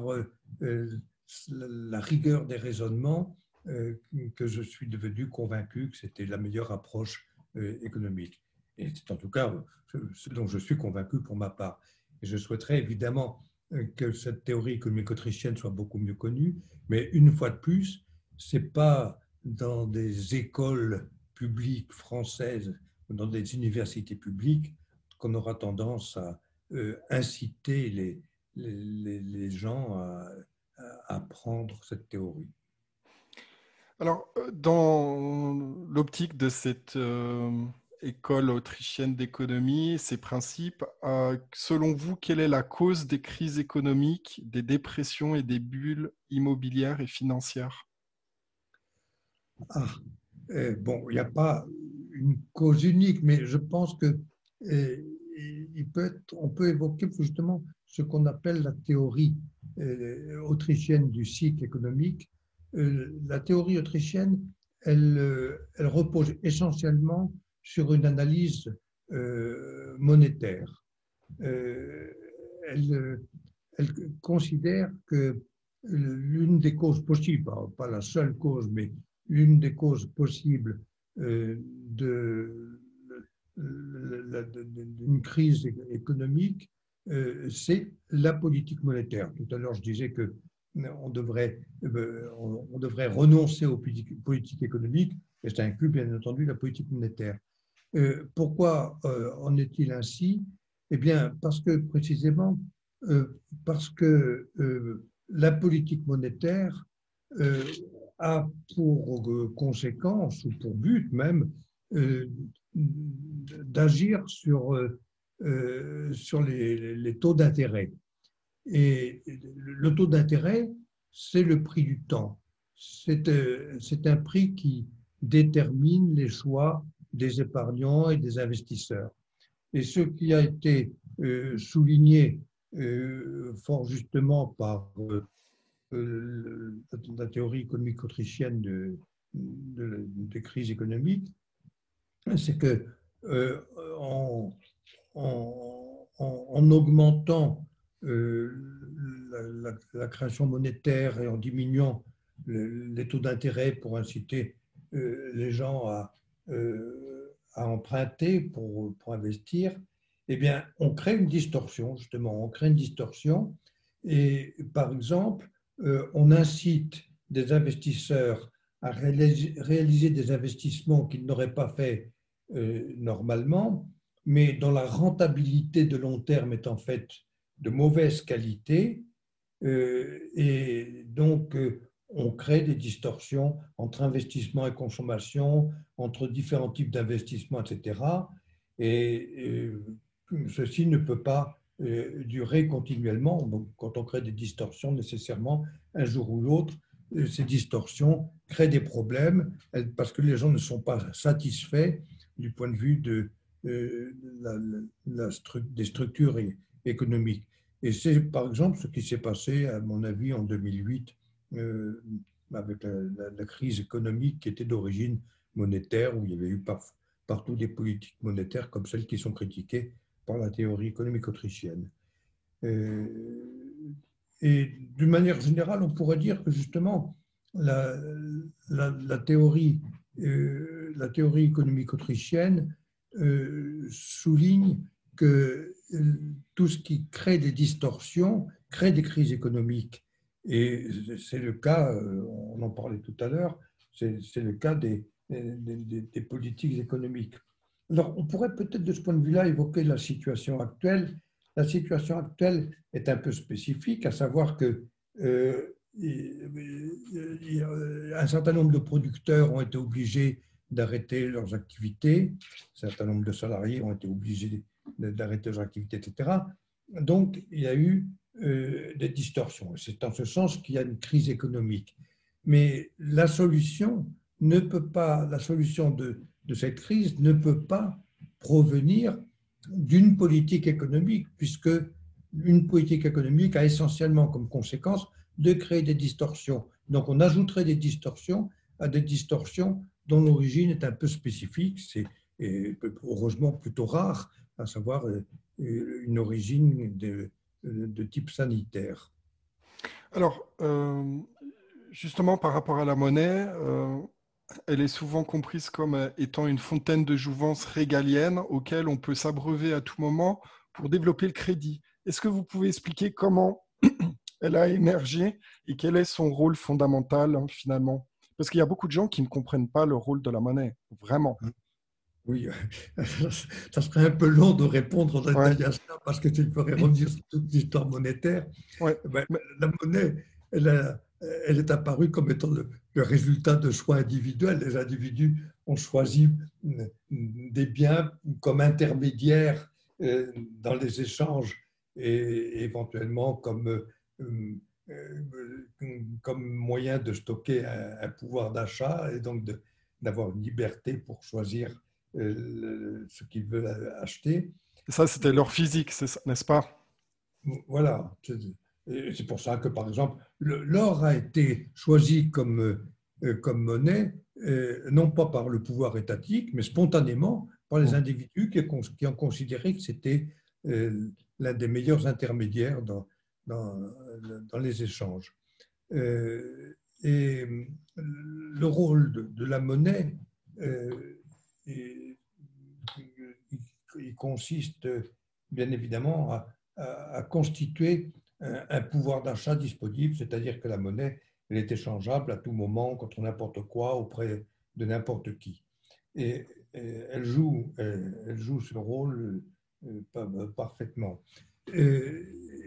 Speaker 2: la rigueur des raisonnements que je suis devenu convaincu que c'était la meilleure approche économique. Et c'est en tout cas ce dont je suis convaincu pour ma part. Et je souhaiterais évidemment que cette théorie économique autrichienne soit beaucoup mieux connue, mais une fois de plus, ce n'est pas dans des écoles publiques françaises ou dans des universités publiques qu'on aura tendance à euh, inciter les, les, les gens à, à apprendre cette théorie.
Speaker 1: Alors, dans l'optique de cette euh, école autrichienne d'économie, ces principes, euh, selon vous, quelle est la cause des crises économiques, des dépressions et des bulles immobilières et financières?
Speaker 2: Ah, euh, bon, il n'y a pas une cause unique, mais je pense que euh, il peut être, on peut évoquer justement ce qu'on appelle la théorie euh, autrichienne du cycle économique. Euh, la théorie autrichienne, elle, euh, elle repose essentiellement sur une analyse euh, monétaire. Euh, elle, elle considère que l'une des causes possibles, pas la seule cause, mais l'une des causes possibles euh, de, d'une crise économique, euh, c'est la politique monétaire. Tout à l'heure, je disais que on devrait, euh, on devrait renoncer aux politiques, politiques économiques, et ça inclut bien entendu la politique monétaire. Euh, pourquoi euh, en est-il ainsi? Eh bien, parce que précisément, euh, parce que euh, la politique monétaire euh, a pour euh, conséquence, ou pour but même, euh, d'agir sur, euh, sur les, les taux d'intérêt. Et le taux d'intérêt, c'est le prix du temps. C'est euh, un prix qui détermine les choix des épargnants et des investisseurs. Et ce qui a été euh, souligné euh, fort justement par euh, la théorie économique autrichienne de, de, de crise économique, c'est que euh, en, en, en, augmentant euh, la, la, la création monétaire et en diminuant le, les taux d'intérêt pour inciter euh, les gens à, euh, à emprunter pour, pour investir, eh bien, on crée une distorsion, justement, on crée une distorsion et, par exemple, euh, on incite des investisseurs à réaliser, réaliser des investissements qu'ils n'auraient pas fait euh, normalement, mais dont la rentabilité de long terme est en fait de mauvaise qualité, euh, et donc euh, on crée des distorsions entre investissement et consommation, entre différents types d'investissements, et cetera. Et euh, ceci ne peut pas euh, durer continuellement. Donc, quand on crée des distorsions, nécessairement, un jour ou l'autre, euh, ces distorsions créent des problèmes parce que les gens ne sont pas satisfaits du point de vue de, euh, la, la, la, des structures économiques. Et c'est par exemple ce qui s'est passé, à mon avis, en deux mille huit, euh, avec la, la, la crise économique qui était d'origine monétaire, où il y avait eu par, partout des politiques monétaires comme celles qui sont critiquées par la théorie économique autrichienne. Euh, et d'une manière générale, on pourrait dire que justement, la, la, la théorie, euh, la théorie économique autrichienne euh, souligne que tout ce qui crée des distorsions crée des crises économiques. Et c'est le cas, on en parlait tout à l'heure, c'est le cas des, des, des politiques économiques. Alors, on pourrait peut-être de ce point de vue-là évoquer la situation actuelle. La situation actuelle est un peu spécifique, à savoir que euh, un certain nombre de producteurs ont été obligés d'arrêter leurs activités, un certain nombre de salariés ont été obligés d'arrêter leurs activités, et cetera. Donc, il y a eu euh, des distorsions. C'est en ce sens qu'il y a une crise économique. Mais la solution ne peut pas, la solution de, de cette crise ne peut pas provenir d'une politique économique, puisque une politique économique a essentiellement comme conséquence de créer des distorsions. Donc, on ajouterait des distorsions à des distorsions dont l'origine est un peu spécifique, c'est heureusement plutôt rare, à savoir une origine de, de type sanitaire.
Speaker 1: Alors, euh, justement, par rapport à la monnaie, euh, elle est souvent comprise comme étant une fontaine de jouvence régalienne auquel on peut s'abreuver à tout moment pour développer le crédit. Est-ce que vous pouvez expliquer comment elle a émergé et quel est son rôle fondamental, hein, finalement? Parce qu'il y a beaucoup de gens qui ne comprennent pas le rôle de la monnaie, vraiment.
Speaker 2: Oui, ça serait un peu long de répondre en
Speaker 1: Ouais.
Speaker 2: détail à ça parce que tu ferais revenir sur toute l'histoire monétaire.
Speaker 1: Ouais.
Speaker 2: Ben,
Speaker 1: Mais...
Speaker 2: la monnaie, elle, a, elle est apparue comme étant le, le résultat de choix individuels. Les individus ont choisi des biens comme intermédiaires dans les échanges et éventuellement comme, comme moyen de stocker un, un pouvoir d'achat et donc de, d'avoir une liberté pour choisir ce qu'ils veulent acheter.
Speaker 1: Et ça, c'était leur physique, n'est-ce pas?
Speaker 2: Voilà. C'est pour ça que, par exemple, l'or a été choisi comme, comme monnaie, non pas par le pouvoir étatique, mais spontanément par les individus qui ont considéré que c'était l'un des meilleurs intermédiaires dans, dans, dans les échanges. Et le rôle de, de la monnaie, il consiste bien évidemment à, à, à constituer un, un pouvoir d'achat disponible, c'est-à-dire que la monnaie, elle est échangeable à tout moment, contre n'importe quoi, auprès de n'importe qui. Et, et elle, joue, elle, elle joue ce rôle parfaitement. Et,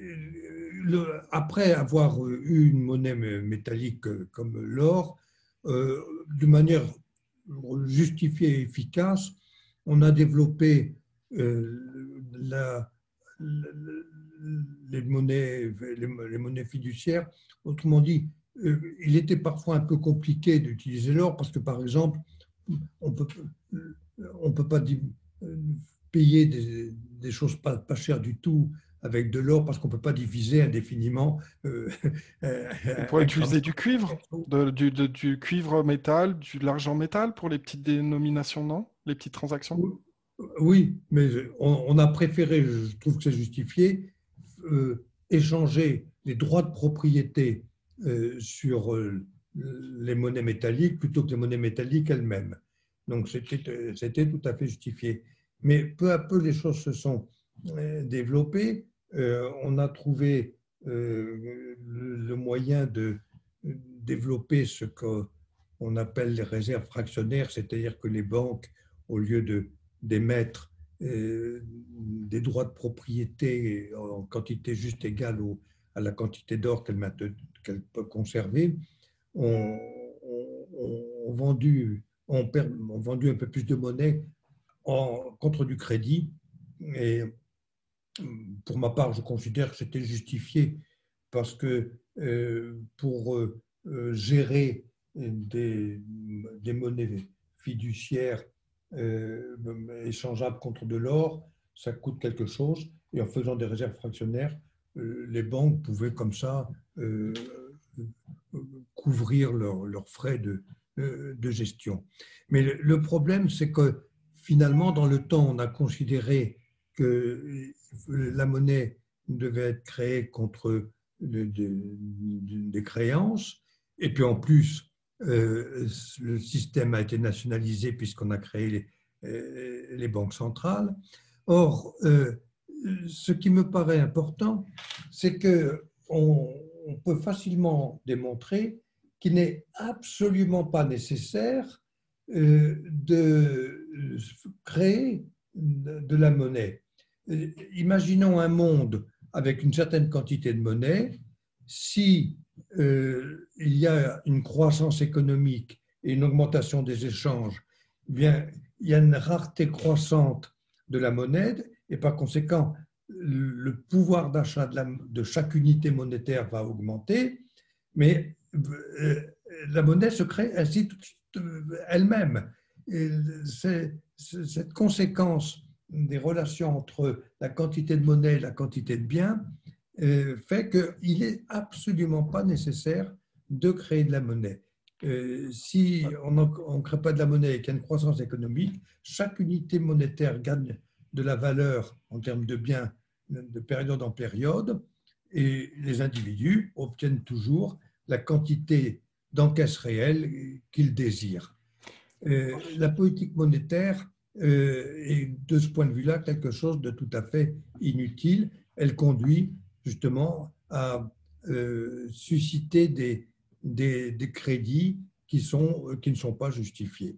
Speaker 2: le, après avoir eu une monnaie métallique comme l'or, euh, de manière justifiée et efficace, on a développé euh, la, la, les, monnaies, les, les monnaies fiduciaires. Autrement dit, euh, il était parfois un peu compliqué d'utiliser l'or parce que, par exemple, on peut, on peut pas payer des, des choses pas, pas chères du tout avec de l'or parce qu'on ne peut pas diviser indéfiniment. Euh,
Speaker 1: on pourrait utiliser du cuivre, de, du, de, du cuivre métal, de l'argent métal pour les petites dénominations, non? Les petites transactions?
Speaker 2: Oui, mais on, on a préféré, je trouve que c'est justifié, euh, échanger les droits de propriété euh, sur euh, les monnaies métalliques plutôt que les monnaies métalliques elles-mêmes. Donc c'était, c'était tout à fait justifié. Mais peu à peu, les choses se sont euh, développées. Euh, on a trouvé euh, le, le moyen de développer ce qu'on appelle les réserves fractionnaires, c'est-à-dire que les banques, au lieu de, d'émettre euh, des droits de propriété en quantité juste égale au, à la quantité d'or qu'elle, qu'elle peut conserver, ont, ont, ont, vendu, ont, per, ont vendu un peu plus de monnaie en, contre du crédit. Et pour ma part, je considère que c'était justifié parce que euh, pour euh, gérer des, des monnaies fiduciaires euh, échangeables contre de l'or, ça coûte quelque chose. Et en faisant des réserves fractionnaires, euh, les banques pouvaient comme ça euh, couvrir leurs leur frais de, de gestion. Mais le, le problème, c'est que finalement, dans le temps, on a considéré que la monnaie devait être créée contre de, de, de, des créances. Et puis en plus, euh, le système a été nationalisé puisqu'on a créé les, euh, les banques centrales. Or, euh, ce qui me paraît important, c'est qu'on on peut facilement démontrer qu'il n'est absolument pas nécessaire euh, de créer de, de la monnaie. Imaginons un monde avec une certaine quantité de monnaie. Si euh, il y a une croissance économique et une augmentation des échanges, eh bien, il y a une rareté croissante de la monnaie et par conséquent, le pouvoir d'achat de, de chaque unité monétaire va augmenter, mais euh, la monnaie se crée ainsi elle-même. C'est cette conséquence des relations entre la quantité de monnaie et la quantité de biens euh, fait qu'il n'est absolument pas nécessaire de créer de la monnaie. Euh, si on ne crée pas de la monnaie et qu'il y a une croissance économique, chaque unité monétaire gagne de la valeur en termes de biens de période en période et les individus obtiennent toujours la quantité d'encaisse réelle qu'ils désirent. Euh, la politique monétaire euh, est de ce point de vue-là quelque chose de tout à fait inutile. Elle conduit justement à euh, susciter des, des, des crédits qui, sont, qui ne sont pas justifiés.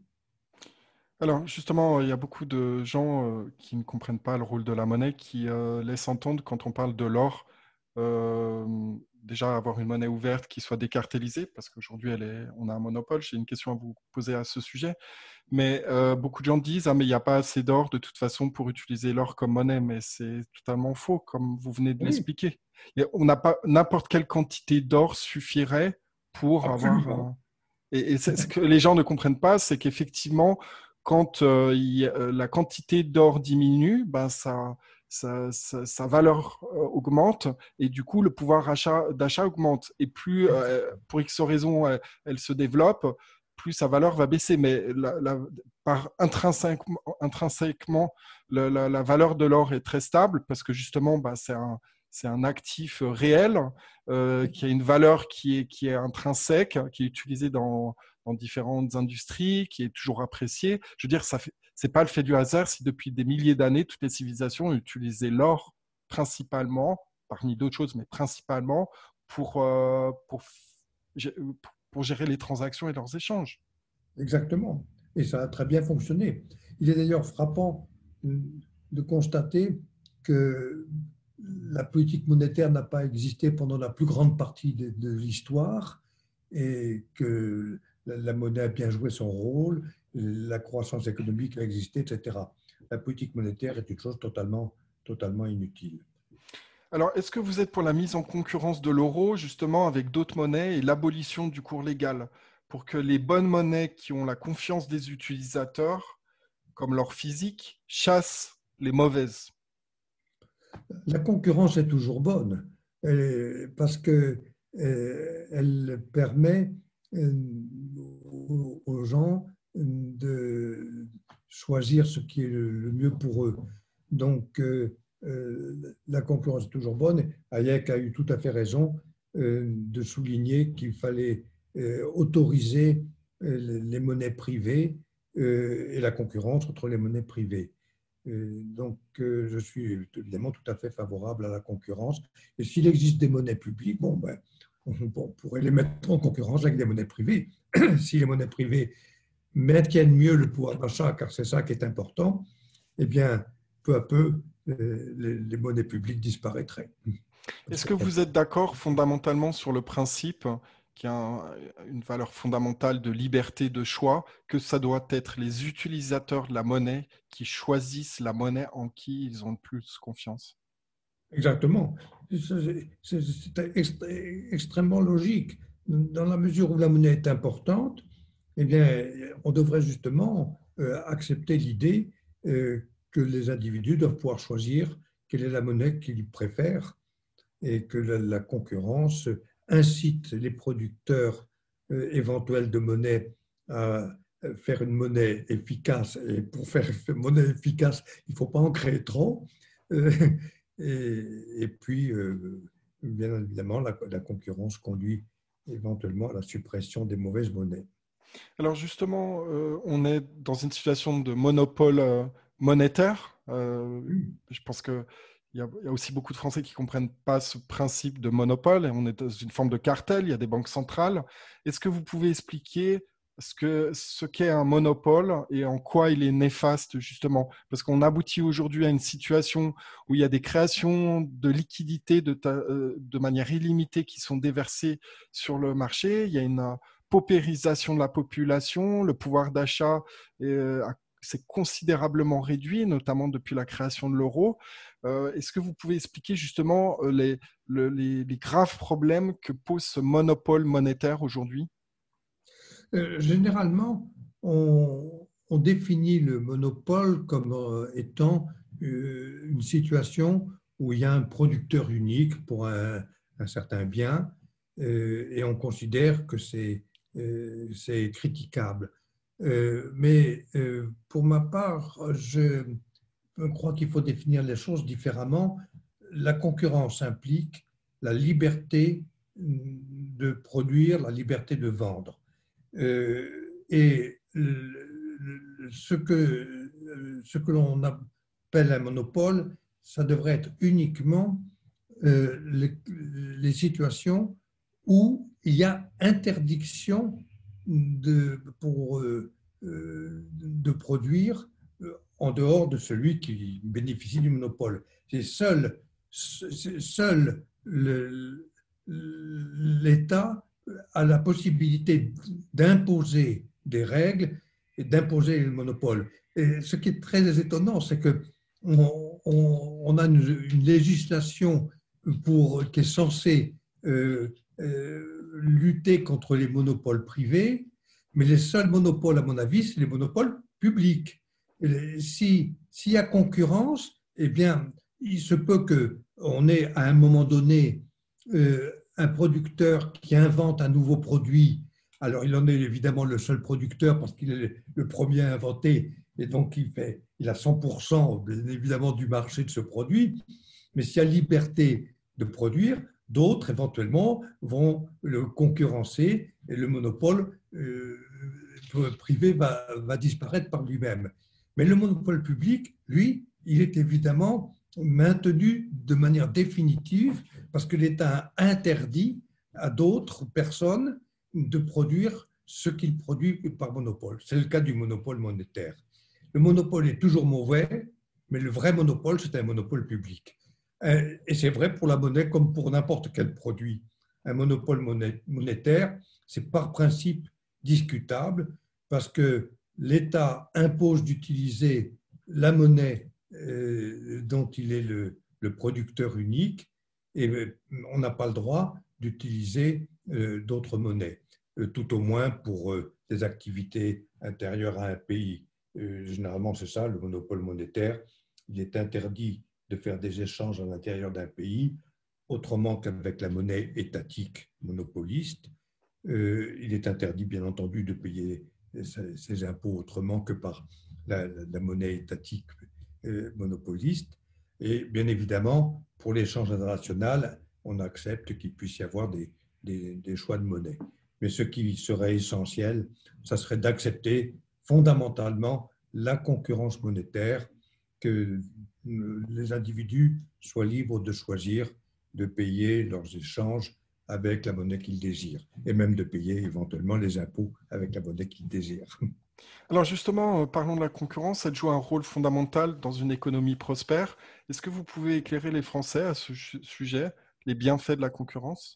Speaker 1: Alors justement, il y a beaucoup de gens euh, qui ne comprennent pas le rôle de la monnaie, qui euh, laissent entendre quand on parle de l'or, euh, déjà avoir une monnaie ouverte qui soit décartélisée, parce qu'aujourd'hui elle est, on a un monopole. J'ai une question à vous poser à ce sujet. Mais euh, beaucoup de gens disent ah mais il n'y a pas assez d'or de toute façon pour utiliser l'or comme monnaie, mais c'est totalement faux, comme vous venez de
Speaker 2: Oui,
Speaker 1: l'expliquer. Et on n'a pas n'importe quelle quantité d'or suffirait pour avoir.
Speaker 2: absolument.
Speaker 1: Un... Et, et c'est, ce que les gens ne comprennent pas, c'est qu'effectivement, quand euh, il, euh, la quantité d'or diminue, ben ça, ça, ça, sa valeur euh, augmente et du coup le pouvoir achat, d'achat augmente. Et plus, euh, pour X raisons, elle, elle se développe, plus sa valeur va baisser. Mais la, la, par intrinsèquement, intrinsèquement la, la, la, valeur de l'or est très stable parce que justement, bah, c'est, un, c'est un actif réel euh, qui a une valeur qui est, qui est intrinsèque, qui est utilisée dans, dans différentes industries, qui est toujours appréciée. Je veux dire, ce n'est pas le fait du hasard si depuis des milliers d'années, toutes les civilisations ont utilisé l'or principalement, parmi d'autres choses, mais principalement pour, euh, pour pour gérer les transactions et leurs échanges.
Speaker 2: Exactement. Et ça a très bien fonctionné. Il est d'ailleurs frappant de constater que la politique monétaire n'a pas existé pendant la plus grande partie de, de l'histoire et que la, la monnaie a bien joué son rôle, la croissance économique a existé, et cetera. La politique monétaire est une chose totalement, totalement inutile.
Speaker 1: Alors, est-ce que vous êtes pour la mise en concurrence de l'euro, justement, avec d'autres monnaies et l'abolition du cours légal, pour que les bonnes monnaies qui ont la confiance des utilisateurs, comme l'or physique, chassent les mauvaises?
Speaker 2: La concurrence est toujours bonne parce qu'elle permet aux gens de choisir ce qui est le mieux pour eux. Donc, la concurrence est toujours bonne. Hayek a eu tout à fait raison de souligner qu'il fallait autoriser les monnaies privées et la concurrence entre les monnaies privées. Donc, je suis évidemment tout à fait favorable à la concurrence. Et s'il existe des monnaies publiques, bon, ben, on, on pourrait les mettre en concurrence avec des monnaies privées. Si les monnaies privées maintiennent mieux le pouvoir d'achat, car c'est ça qui est important, eh bien, peu à peu, les, les monnaies publiques disparaîtraient.
Speaker 1: Est-ce que vous êtes d'accord fondamentalement sur le principe qui a un, une valeur fondamentale de liberté de choix, que ça doit être les utilisateurs de la monnaie qui choisissent la monnaie en qui ils ont le plus confiance?
Speaker 2: Exactement. C'est extrêmement logique. Dans la mesure où la monnaie est importante, eh bien, on devrait justement accepter l'idée que les individus doivent pouvoir choisir quelle est la monnaie qu'ils préfèrent et que la, la concurrence incite les producteurs euh, éventuels de monnaie à faire une monnaie efficace. Et pour faire une monnaie efficace, il ne faut pas en créer trop. Euh, et, et puis, euh, bien évidemment, la, la concurrence conduit éventuellement à la suppression des mauvaises monnaies.
Speaker 1: Alors justement, euh, on est dans une situation de monopole euh, monétaire. Euh,
Speaker 2: Oui.
Speaker 1: je pense que il y, a, il y a aussi beaucoup de Français qui ne comprennent pas ce principe de monopole. Et on est dans une forme de cartel, il y a des banques centrales. Est-ce que vous pouvez expliquer ce que, ce qu'est un monopole et en quoi il est néfaste, justement. Parce qu'on aboutit aujourd'hui à une situation où il y a des créations de liquidités de, ta, euh, de manière illimitée qui sont déversées sur le marché. Il y a une euh, paupérisation de la population, le pouvoir d'achat euh, s'est considérablement réduit, notamment depuis la création de l'euro. Euh, est-ce que vous pouvez expliquer justement euh, les, le, les, les graves problèmes que pose ce monopole monétaire aujourd'hui?
Speaker 2: Euh, généralement, on, on définit le monopole comme euh, étant euh, une situation où il y a un producteur unique pour un, un certain bien euh, et on considère que c'est euh, c'est critiquable. Euh, mais euh, pour ma part, je crois qu'il faut définir les choses différemment. La concurrence implique la liberté de produire, la liberté de vendre. Euh, et ce que, ce que l'on appelle un monopole, ça devrait être uniquement euh, les, les situations où il y a interdiction de, pour, euh, de produire en dehors de celui qui bénéficie du monopole. C'est seul, seul le, l'État a la possibilité d'imposer des règles et d'imposer le monopole. Et ce qui est très étonnant, c'est que on, on, on a une, une législation pour, qui est censée euh, euh, lutter contre les monopoles privés, mais les seuls monopoles, à mon avis, c'est les monopoles publics. Si, s'il y a concurrence, eh bien, il se peut qu'on ait à un moment donné euh, un producteur qui invente un nouveau produit. Alors, il en est évidemment le seul producteur parce qu'il est le premier à inventer et donc il, fait, il a cent pour cent bien évidemment du marché de ce produit. Mais s'il y a liberté de produire, d'autres éventuellement vont le concurrencer et le monopole euh, privé va, va disparaître par lui-même. Mais le monopole public, lui, il est évidemment maintenu de manière définitive parce que l'État interdit à d'autres personnes de produire ce qu'il produit par monopole. C'est le cas du monopole monétaire. Le monopole est toujours mauvais, mais le vrai monopole, c'est un monopole public. Et c'est vrai pour la monnaie comme pour n'importe quel produit. Un monopole monétaire, c'est par principe discutable parce que l'État impose d'utiliser la monnaie euh, dont il est le, le producteur unique et on n'a pas le droit d'utiliser euh, d'autres monnaies, euh, tout au moins pour euh, des activités intérieures à un pays. Euh, généralement, c'est ça, le monopole monétaire. Il est interdit de faire des échanges à l'intérieur d'un pays autrement qu'avec la monnaie étatique monopoliste. Euh, il est interdit, bien entendu, de payer ses impôts autrement que par la, la monnaie étatique euh, monopoliste. Et bien évidemment, pour l'échange international, on accepte qu'il puisse y avoir des, des, des choix de monnaie. Mais ce qui serait essentiel, ça serait d'accepter fondamentalement la concurrence monétaire, que les individus soient libres de choisir de payer leurs échanges avec la monnaie qu'ils désirent, et même de payer éventuellement les impôts avec la monnaie qu'ils désirent.
Speaker 1: Alors justement, parlons de la concurrence, elle joue un rôle fondamental dans une économie prospère. Est-ce que vous pouvez éclairer les Français à ce sujet, les bienfaits de la concurrence?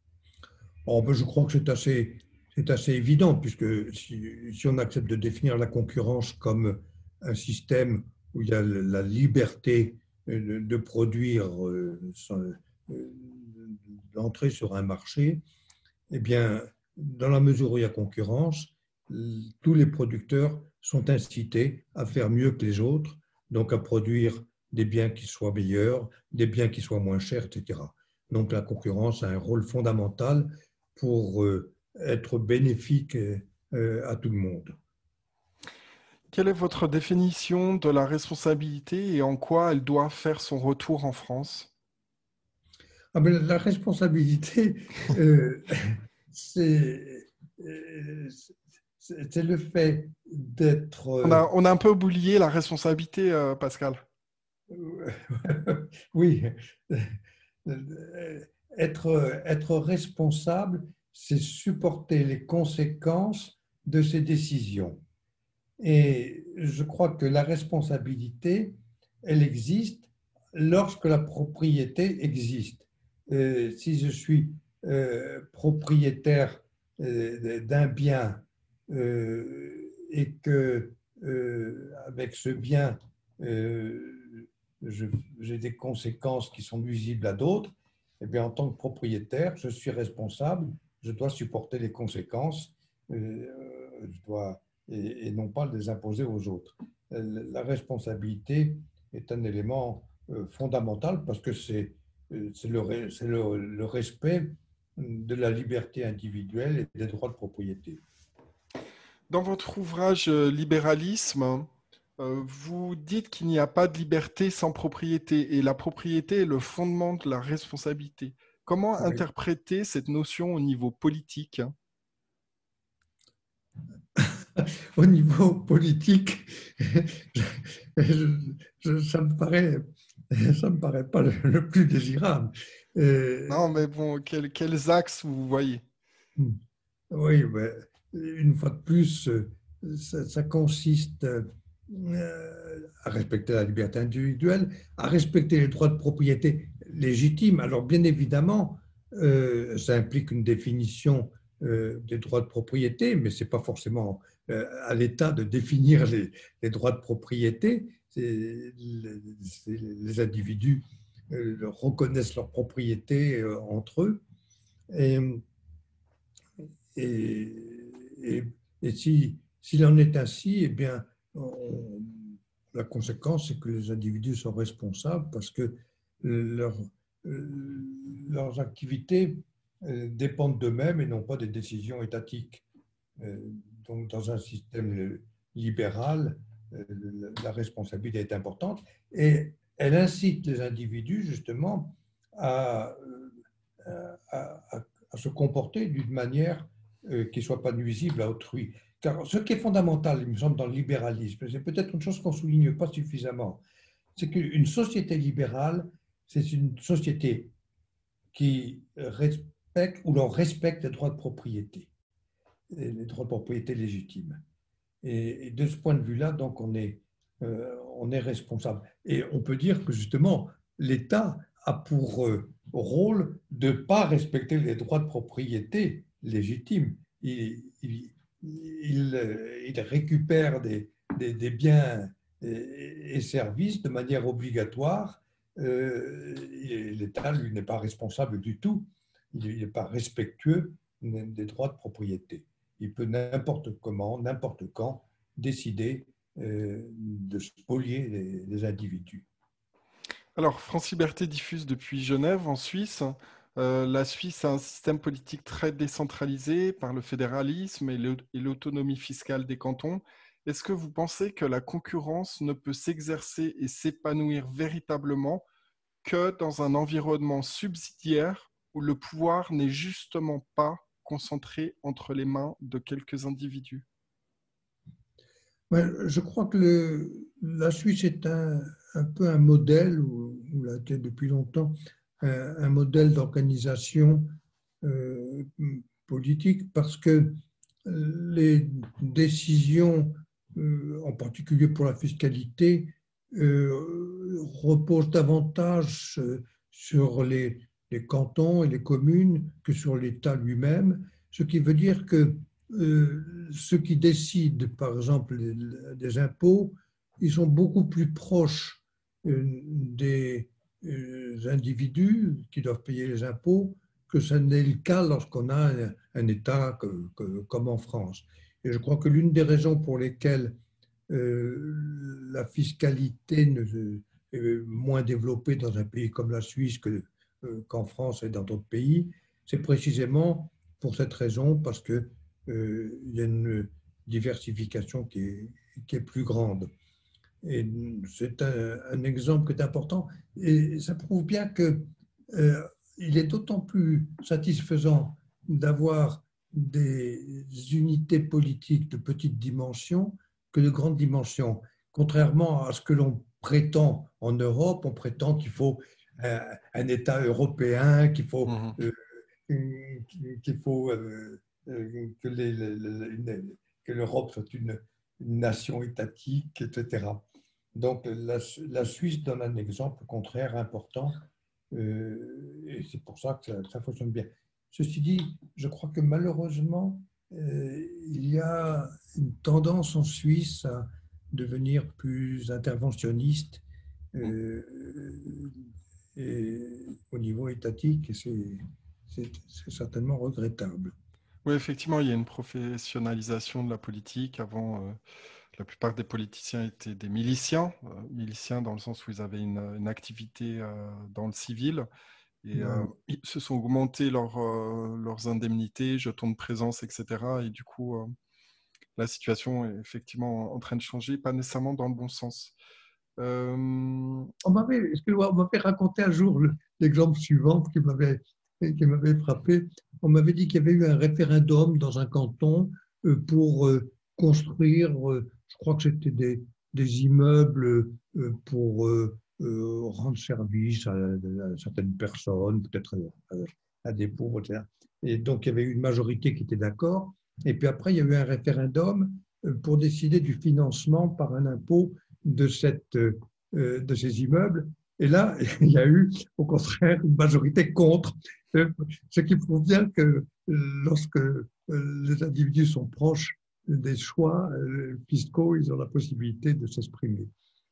Speaker 2: Oh, ben je crois que c'est assez, c'est assez évident, puisque si, si on accepte de définir la concurrence comme un système où il y a la liberté de produire l'entrée sur un marché, eh bien, dans la mesure où il y a concurrence, tous les producteurs sont incités à faire mieux que les autres, donc à produire des biens qui soient meilleurs, des biens qui soient moins chers, et cetera. Donc la concurrence a un rôle fondamental pour être bénéfique à tout le monde.
Speaker 1: Quelle est votre définition de la responsabilité et en quoi elle doit faire son retour en France?
Speaker 2: Ah ben, la responsabilité, euh, c'est, euh, c'est le fait d'être...
Speaker 1: On
Speaker 2: Euh,
Speaker 1: a, on a un peu oublié la responsabilité, euh, Pascal.
Speaker 2: oui, être, être responsable, c'est supporter les conséquences de ses décisions. Et je crois que la responsabilité, elle existe lorsque la propriété existe. Euh, si je suis euh, propriétaire euh, d'un bien euh, et que euh, avec ce bien, euh, j'ai des conséquences qui sont nuisibles à d'autres, eh bien, en tant que propriétaire, je suis responsable, je dois supporter les conséquences, euh, je dois, et, et non pas les imposer aux autres. La responsabilité est un élément euh, fondamental parce que c'est c'est le, le, le respect de la liberté individuelle et des droits de propriété.
Speaker 1: Dans votre ouvrage euh, Libéralisme, euh, vous dites qu'il n'y a pas de liberté sans propriété et la propriété est le fondement de la responsabilité. Comment
Speaker 2: Oui.
Speaker 1: interpréter cette notion au niveau politique?
Speaker 2: Au niveau politique, je, je, ça me paraît, ça me paraît pas le, le plus désirable.
Speaker 1: Non,
Speaker 2: Euh,
Speaker 1: mais bon, quel, quels axes vous voyez?
Speaker 2: oui, ben, une fois de plus, ça, ça consiste euh, à respecter la liberté individuelle, à respecter les droits de propriété légitimes. Alors, bien évidemment, euh, ça implique une définition euh, des droits de propriété, mais ce n'est pas forcément euh, à l'État de définir les, les droits de propriété. C'est, les, les individus euh, reconnaissent leur propriété euh, entre eux. Et, et, et, et si, s'il en est ainsi, eh bien, on, la conséquence, c'est que les individus sont responsables parce que leur, leurs activités dépendent d'eux-mêmes et non pas des décisions étatiques. Donc, dans un système libéral, la responsabilité est importante et elle incite les individus justement à, à, à, à se comporter d'une manière qui ne soit pas nuisible à autrui. Car ce qui est fondamental, il me semble, dans le libéralisme, c'est peut-être une chose qu'on ne souligne pas suffisamment, c'est qu'une société libérale, c'est une société qui respecte ou l'on respecte les droits de propriété, les droits de propriété légitimes. Et, et de ce point de vue-là, donc, on est, euh, on est responsable. Et on peut dire que justement, l'État a pour euh, rôle de ne pas respecter les droits de propriété légitimes. Il, il, il, il récupère des, des, des biens et, et services de manière obligatoire. Euh, L'État, lui, n'est pas responsable du tout. Il n'est pas respectueux des droits de propriété. Il peut n'importe comment, n'importe quand, décider euh, de spolier les, les individus.
Speaker 1: Alors, France Liberté diffuse depuis Genève, en Suisse. Euh, la Suisse a un système politique très décentralisé par le fédéralisme et l'autonomie fiscale des cantons. Est-ce que vous pensez que la concurrence ne peut s'exercer et s'épanouir véritablement que dans un environnement subsidiaire où le pouvoir n'est justement pas concentré entre les mains de quelques individus?
Speaker 2: Je crois que le, la Suisse est un, un peu un modèle, ou, ou l'a été depuis longtemps, un, un modèle d'organisation euh, politique parce que les décisions, euh, en particulier pour la fiscalité, euh, reposent davantage sur les, les cantons et les communes que sur l'État lui-même, ce qui veut dire que euh, ceux qui décident, par exemple, les, des impôts, ils sont beaucoup plus proches euh, des euh, individus qui doivent payer les impôts que ce n'est le cas lorsqu'on a un, un État que, que, comme en France. Et je crois que l'une des raisons pour lesquelles euh, la fiscalité ne, est moins développée dans un pays comme la Suisse que, euh, qu'en France et dans d'autres pays, c'est précisément pour cette raison, parce qu'il euh, y a une diversification qui est, qui est plus grande. Et c'est un, un exemple qui est important. Et ça prouve bien que euh, il est d'autant plus satisfaisant d'avoir des unités politiques de petite dimension que de grande dimension. Contrairement à ce que l'on prétend en Europe, on prétend qu'il faut un, un État européen, qu'il faut, mmh. euh, qu'il faut euh, que, les, les, que l'Europe soit une, une nation étatique, et cetera. Donc la, la Suisse donne un exemple contraire important euh, et c'est pour ça que ça, ça fonctionne bien. Ceci dit, je crois que malheureusement, euh, il y a une tendance en Suisse à devenir plus interventionniste euh, et, au niveau étatique, et c'est certainement regrettable.
Speaker 1: Oui, effectivement, il y a une professionnalisation de la politique. Avant, euh, la plupart des politiciens étaient des miliciens, euh, miliciens dans le sens où ils avaient une, une activité euh, dans le civil. Et euh, ils se sont augmentés leur, euh, leurs indemnités, jetons de présence, et cetera. Et du coup, euh, la situation est effectivement en train de changer, pas nécessairement dans le bon sens. Euh...
Speaker 2: On m'avait, excuse-moi, on m'avait raconté un jour l'exemple suivant qui m'avait qui m'avait frappé. On m'avait dit qu'il y avait eu un référendum dans un canton pour construire, je crois que c'était des, des immeubles pour rendre service à, à certaines personnes, peut-être à, à des pauvres, et cetera. Et donc, il y avait eu une majorité qui était d'accord. Et puis après, il y a eu un référendum pour décider du financement par un impôt de, cette, de ces immeubles. Et là, il y a eu, au contraire, une majorité contre. Ce qui prouve bien que lorsque les individus sont proches des choix fiscaux, ils ont la possibilité de s'exprimer.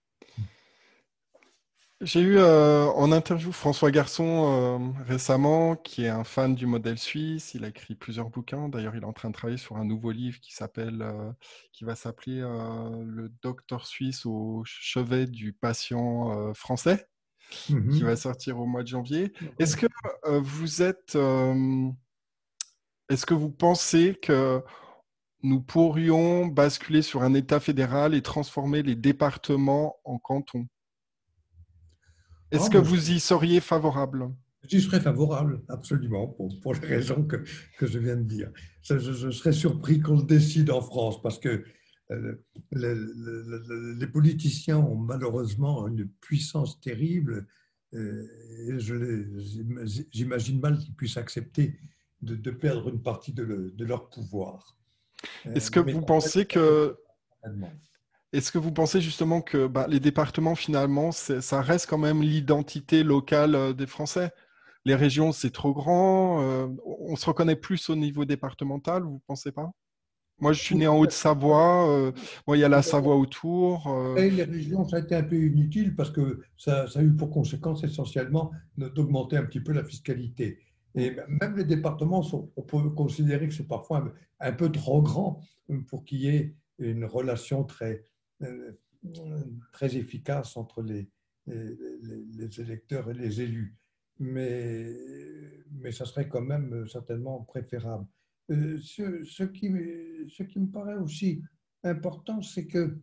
Speaker 1: J'ai eu euh, en interview François Garçon euh, récemment, qui est un fan du modèle suisse. Il a écrit plusieurs bouquins. D'ailleurs, il est en train de travailler sur un nouveau livre qui s'appelle, euh, qui va s'appeler euh, Le docteur suisse au chevet du patient euh, français, mm-hmm. qui va sortir au mois de janvier. Est-ce que euh, vous êtes, euh, est-ce que vous pensez que nous pourrions basculer sur un État fédéral et transformer les départements en cantons? Est-ce oh, que vous y seriez favorable?
Speaker 2: J'y serais favorable, absolument, pour, pour les raisons que, que je viens de dire. Je, je, je serais surpris qu'on le décide en France, parce que euh, les, les, les politiciens ont malheureusement une puissance terrible, euh, et j'imagine mal qu'ils puissent accepter de, de perdre une partie de, le, de leur pouvoir.
Speaker 1: Est-ce que, vous pensez que... Est-ce que vous pensez justement que bah, les départements, finalement, ça reste quand même l'identité locale des Français? Les régions, c'est trop grand. Euh, on se reconnaît plus au niveau départemental, vous ne pensez pas? Moi, je suis né en Haute-Savoie. Euh, moi, il y a la Savoie autour. Euh...
Speaker 2: Et les régions, ça a été un peu inutile parce que ça, ça a eu pour conséquence essentiellement d'augmenter un petit peu la fiscalité. Et même les départements, sont, on peut considérer que c'est parfois un, un peu trop grand pour qu'il y ait une relation très, très efficace entre les, les, les électeurs et les élus. Mais, mais ça serait quand même certainement préférable. Euh, ce, ce, qui, ce qui me paraît aussi important, c'est que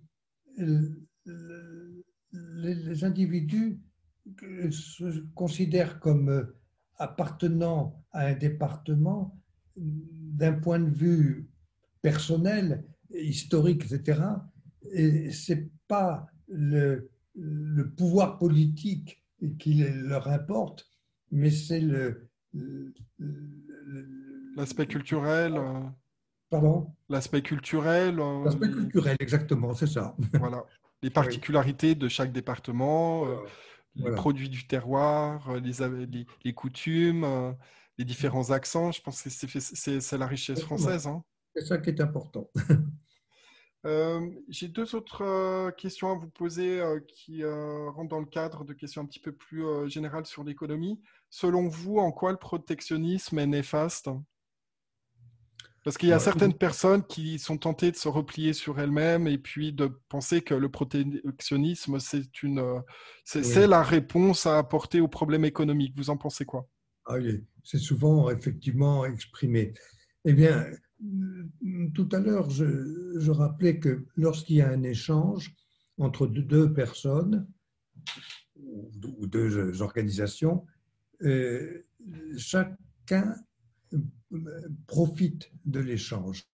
Speaker 2: les, les individus se considèrent comme appartenant à un département d'un point de vue personnel, historique, et cetera. Et ce n'est pas le, le pouvoir politique qui leur importe, mais c'est le, le,
Speaker 1: le l'aspect culturel. Euh...
Speaker 2: Pardon?
Speaker 1: L'aspect culturel. Euh,
Speaker 2: L'aspect
Speaker 1: les...
Speaker 2: culturel, exactement, c'est ça.
Speaker 1: Voilà. Les particularités oui. de chaque département,
Speaker 2: voilà.
Speaker 1: euh, les
Speaker 2: voilà.
Speaker 1: produits du terroir, les, les, les coutumes, euh, les différents accents. Je pense que c'est la richesse française. Hein.
Speaker 2: C'est ça qui est important.
Speaker 1: Euh, J'ai deux autres euh, questions à vous poser euh, qui euh, rentrent dans le cadre de questions un petit peu plus euh, générales sur l'économie. Selon vous, en quoi le protectionnisme est néfaste? Parce qu'il y a ouais. certaines personnes qui sont tentées de se replier sur elles-mêmes et puis de penser que le protectionnisme, c'est une, c'est oui. la réponse à apporter aux problèmes économiques. Vous en pensez quoi?
Speaker 2: Ah oui, c'est souvent effectivement exprimé. Eh bien, tout à l'heure, je, je rappelais que lorsqu'il y a un échange entre deux personnes ou deux organisations, euh, chacun profite de l'échange.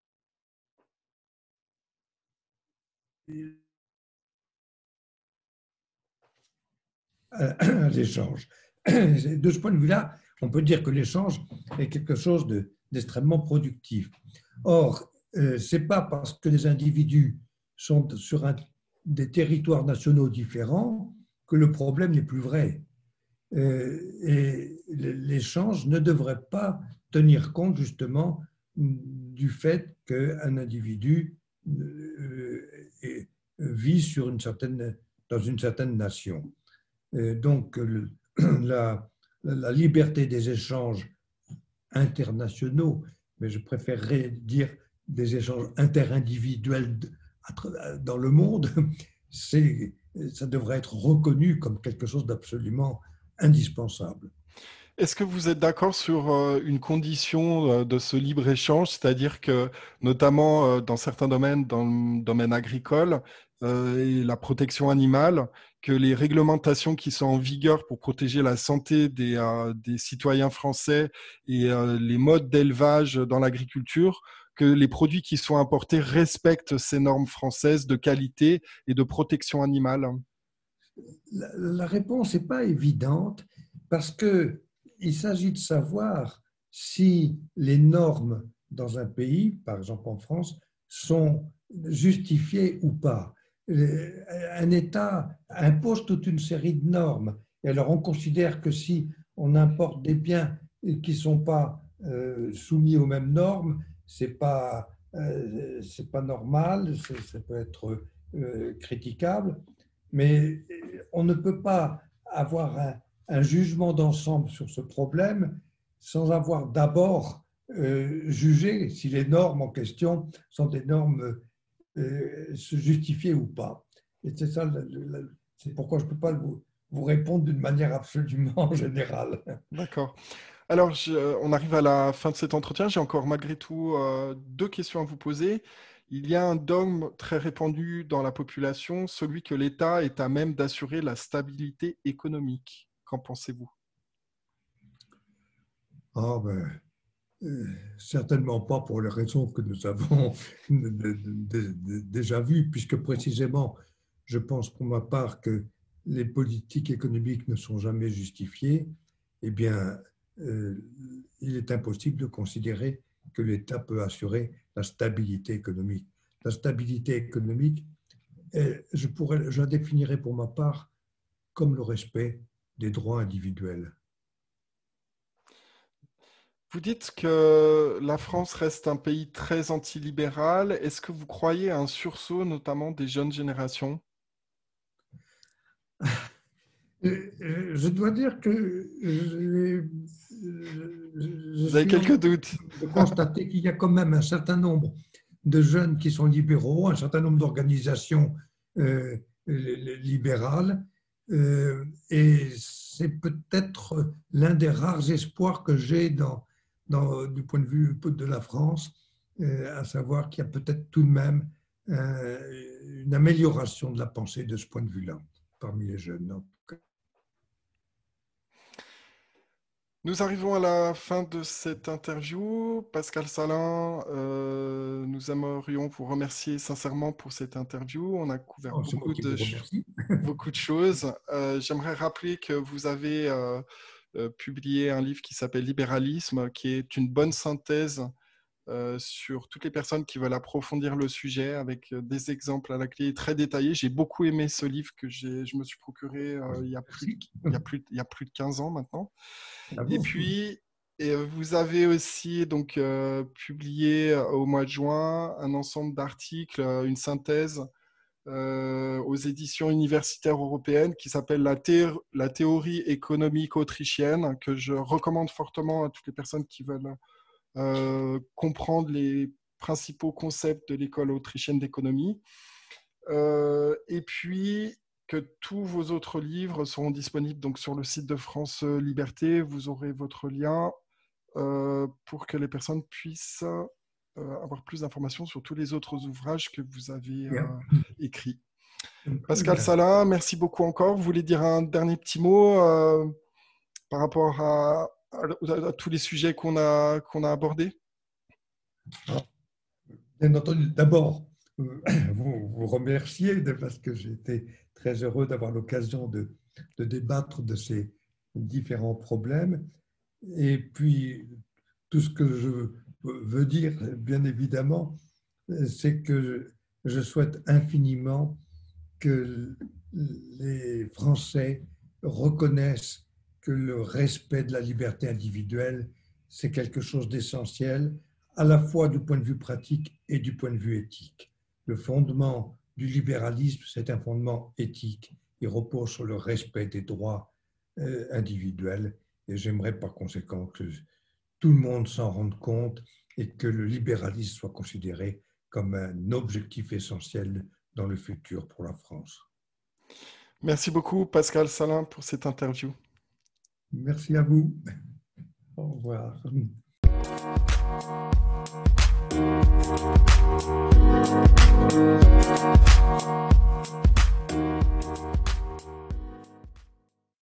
Speaker 2: L'échange. De ce point de vue-là, on peut dire que l'échange est quelque chose d'extrêmement productif. Or, ce n'est pas parce que les individus sont sur un, des territoires nationaux différents que le problème n'est plus vrai. Euh, et l'échange ne devrait pas tenir compte justement du fait qu'un individu euh, vit sur une certaine, dans une certaine nation. Et donc, le, la, la liberté des échanges internationaux, mais je préférerais dire des échanges interindividuels dans le monde, c'est, ça devrait être reconnu comme quelque chose d'absolument indispensable.
Speaker 1: Est-ce que vous êtes d'accord sur euh, une condition euh, de ce libre-échange, c'est-à-dire que, notamment euh, dans certains domaines, dans le domaine agricole euh, et la protection animale, que les réglementations qui sont en vigueur pour protéger la santé des, euh, des citoyens français et euh, les modes d'élevage dans l'agriculture, que les produits qui sont importés respectent ces normes françaises de qualité et de protection animale?
Speaker 2: La, la réponse n'est pas évidente parce que il s'agit de savoir si les normes dans un pays, par exemple en France, sont justifiées ou pas. Un État impose toute une série de normes. Et alors on considère que si on importe des biens qui ne sont pas euh, soumis aux mêmes normes, ce n'est pas, euh, c'est pas normal, ça peut être euh, critiquable. Mais on ne peut pas avoir un, un jugement d'ensemble sur ce problème sans avoir d'abord euh, jugé si les normes en question sont des normes euh, se justifiées ou pas. Et c'est ça, c'est pourquoi je ne peux pas vous, vous répondre d'une manière absolument générale.
Speaker 1: D'accord. Alors, je- on arrive à la fin de cet entretien. J'ai encore malgré tout euh, deux questions à vous poser. Il y a un dogme très répandu dans la population, celui que l'État est à même d'assurer la stabilité économique. Qu'en pensez-vous?
Speaker 2: Ah ben, euh, certainement pas pour les raisons que nous avons de- de- de- déjà vues, puisque précisément, je pense pour ma part que les politiques économiques ne sont jamais justifiées. Eh bien, euh, il est impossible de considérer que l'État peut assurer la stabilité économique. La stabilité économique, est- je, pourrais, je la définirais pour ma part comme le respect des droits individuels.
Speaker 1: Vous dites que la France reste un pays très antilibéral. Est-ce que vous croyez à un sursaut, notamment des jeunes générations?
Speaker 2: Euh, euh, Je dois dire que je, je
Speaker 1: Vous avez
Speaker 2: suis en
Speaker 1: quelques
Speaker 2: train
Speaker 1: doutes?
Speaker 2: de constater qu'il y a quand même un certain nombre de jeunes qui sont libéraux, un certain nombre d'organisations euh, libérales, euh, et c'est peut-être l'un des rares espoirs que j'ai dans, dans, du point de vue de la France, euh, à savoir qu'il y a peut-être tout de même euh, une amélioration de la pensée de ce point de vue-là parmi les jeunes. Donc,
Speaker 1: Nous arrivons à la fin de cette interview. Pascal Salin, euh, nous aimerions vous remercier sincèrement pour cette interview. On a couvert
Speaker 2: oh, c'est moi
Speaker 1: beaucoup
Speaker 2: qui
Speaker 1: de,
Speaker 2: vous
Speaker 1: ch-
Speaker 2: remercie.
Speaker 1: beaucoup de choses. Euh, j'aimerais rappeler que vous avez euh, euh, publié un livre qui s'appelle Libéralisme, qui est une bonne synthèse euh, sur toutes les personnes qui veulent approfondir le sujet avec euh, des exemples à la clé très détaillés. J'ai beaucoup aimé ce livre que j'ai, je me suis procuré euh, il y a plus de,
Speaker 2: Merci.
Speaker 1: il y a plus, il y a plus de quinze ans maintenant. Et
Speaker 2: Bravo.
Speaker 1: puis, et vous avez aussi donc euh, publié euh, au mois de juin un ensemble d'articles, euh, une synthèse euh, aux éditions universitaires européennes qui s'appelle la, thé- la théorie économique autrichienne, que je recommande fortement à toutes les personnes qui veulent euh, comprendre les principaux concepts de l'école autrichienne d'économie. Euh, et puis que tous vos autres livres seront disponibles donc sur le site de France Liberté. Vous aurez votre lien euh, pour que les personnes puissent euh, avoir plus d'informations sur tous les autres ouvrages que vous avez euh,
Speaker 2: Bien.
Speaker 1: écrits.
Speaker 2: Très
Speaker 1: Pascal
Speaker 2: bien.
Speaker 1: Salin, merci beaucoup encore. Vous voulez dire un dernier petit mot euh, par rapport à, à, à tous les sujets qu'on a, qu'on a abordés?
Speaker 2: Bien entendu, d'abord, euh, vous, vous remercier de- parce que j'ai été très heureux d'avoir l'occasion de, de débattre de ces différents problèmes. Et puis, tout ce que je veux dire, bien évidemment, c'est que je souhaite infiniment que les Français reconnaissent que le respect de la liberté individuelle, c'est quelque chose d'essentiel, à la fois du point de vue pratique et du point de vue éthique. Le fondement du libéralisme, c'est un fondement éthique. Il repose sur le respect des droits euh, individuels. Et j'aimerais par conséquent que tout le monde s'en rende compte et que le libéralisme soit considéré comme un objectif essentiel dans le futur pour la France.
Speaker 1: Merci beaucoup, Pascal Salin, pour cette interview.
Speaker 2: Merci à vous. Au revoir.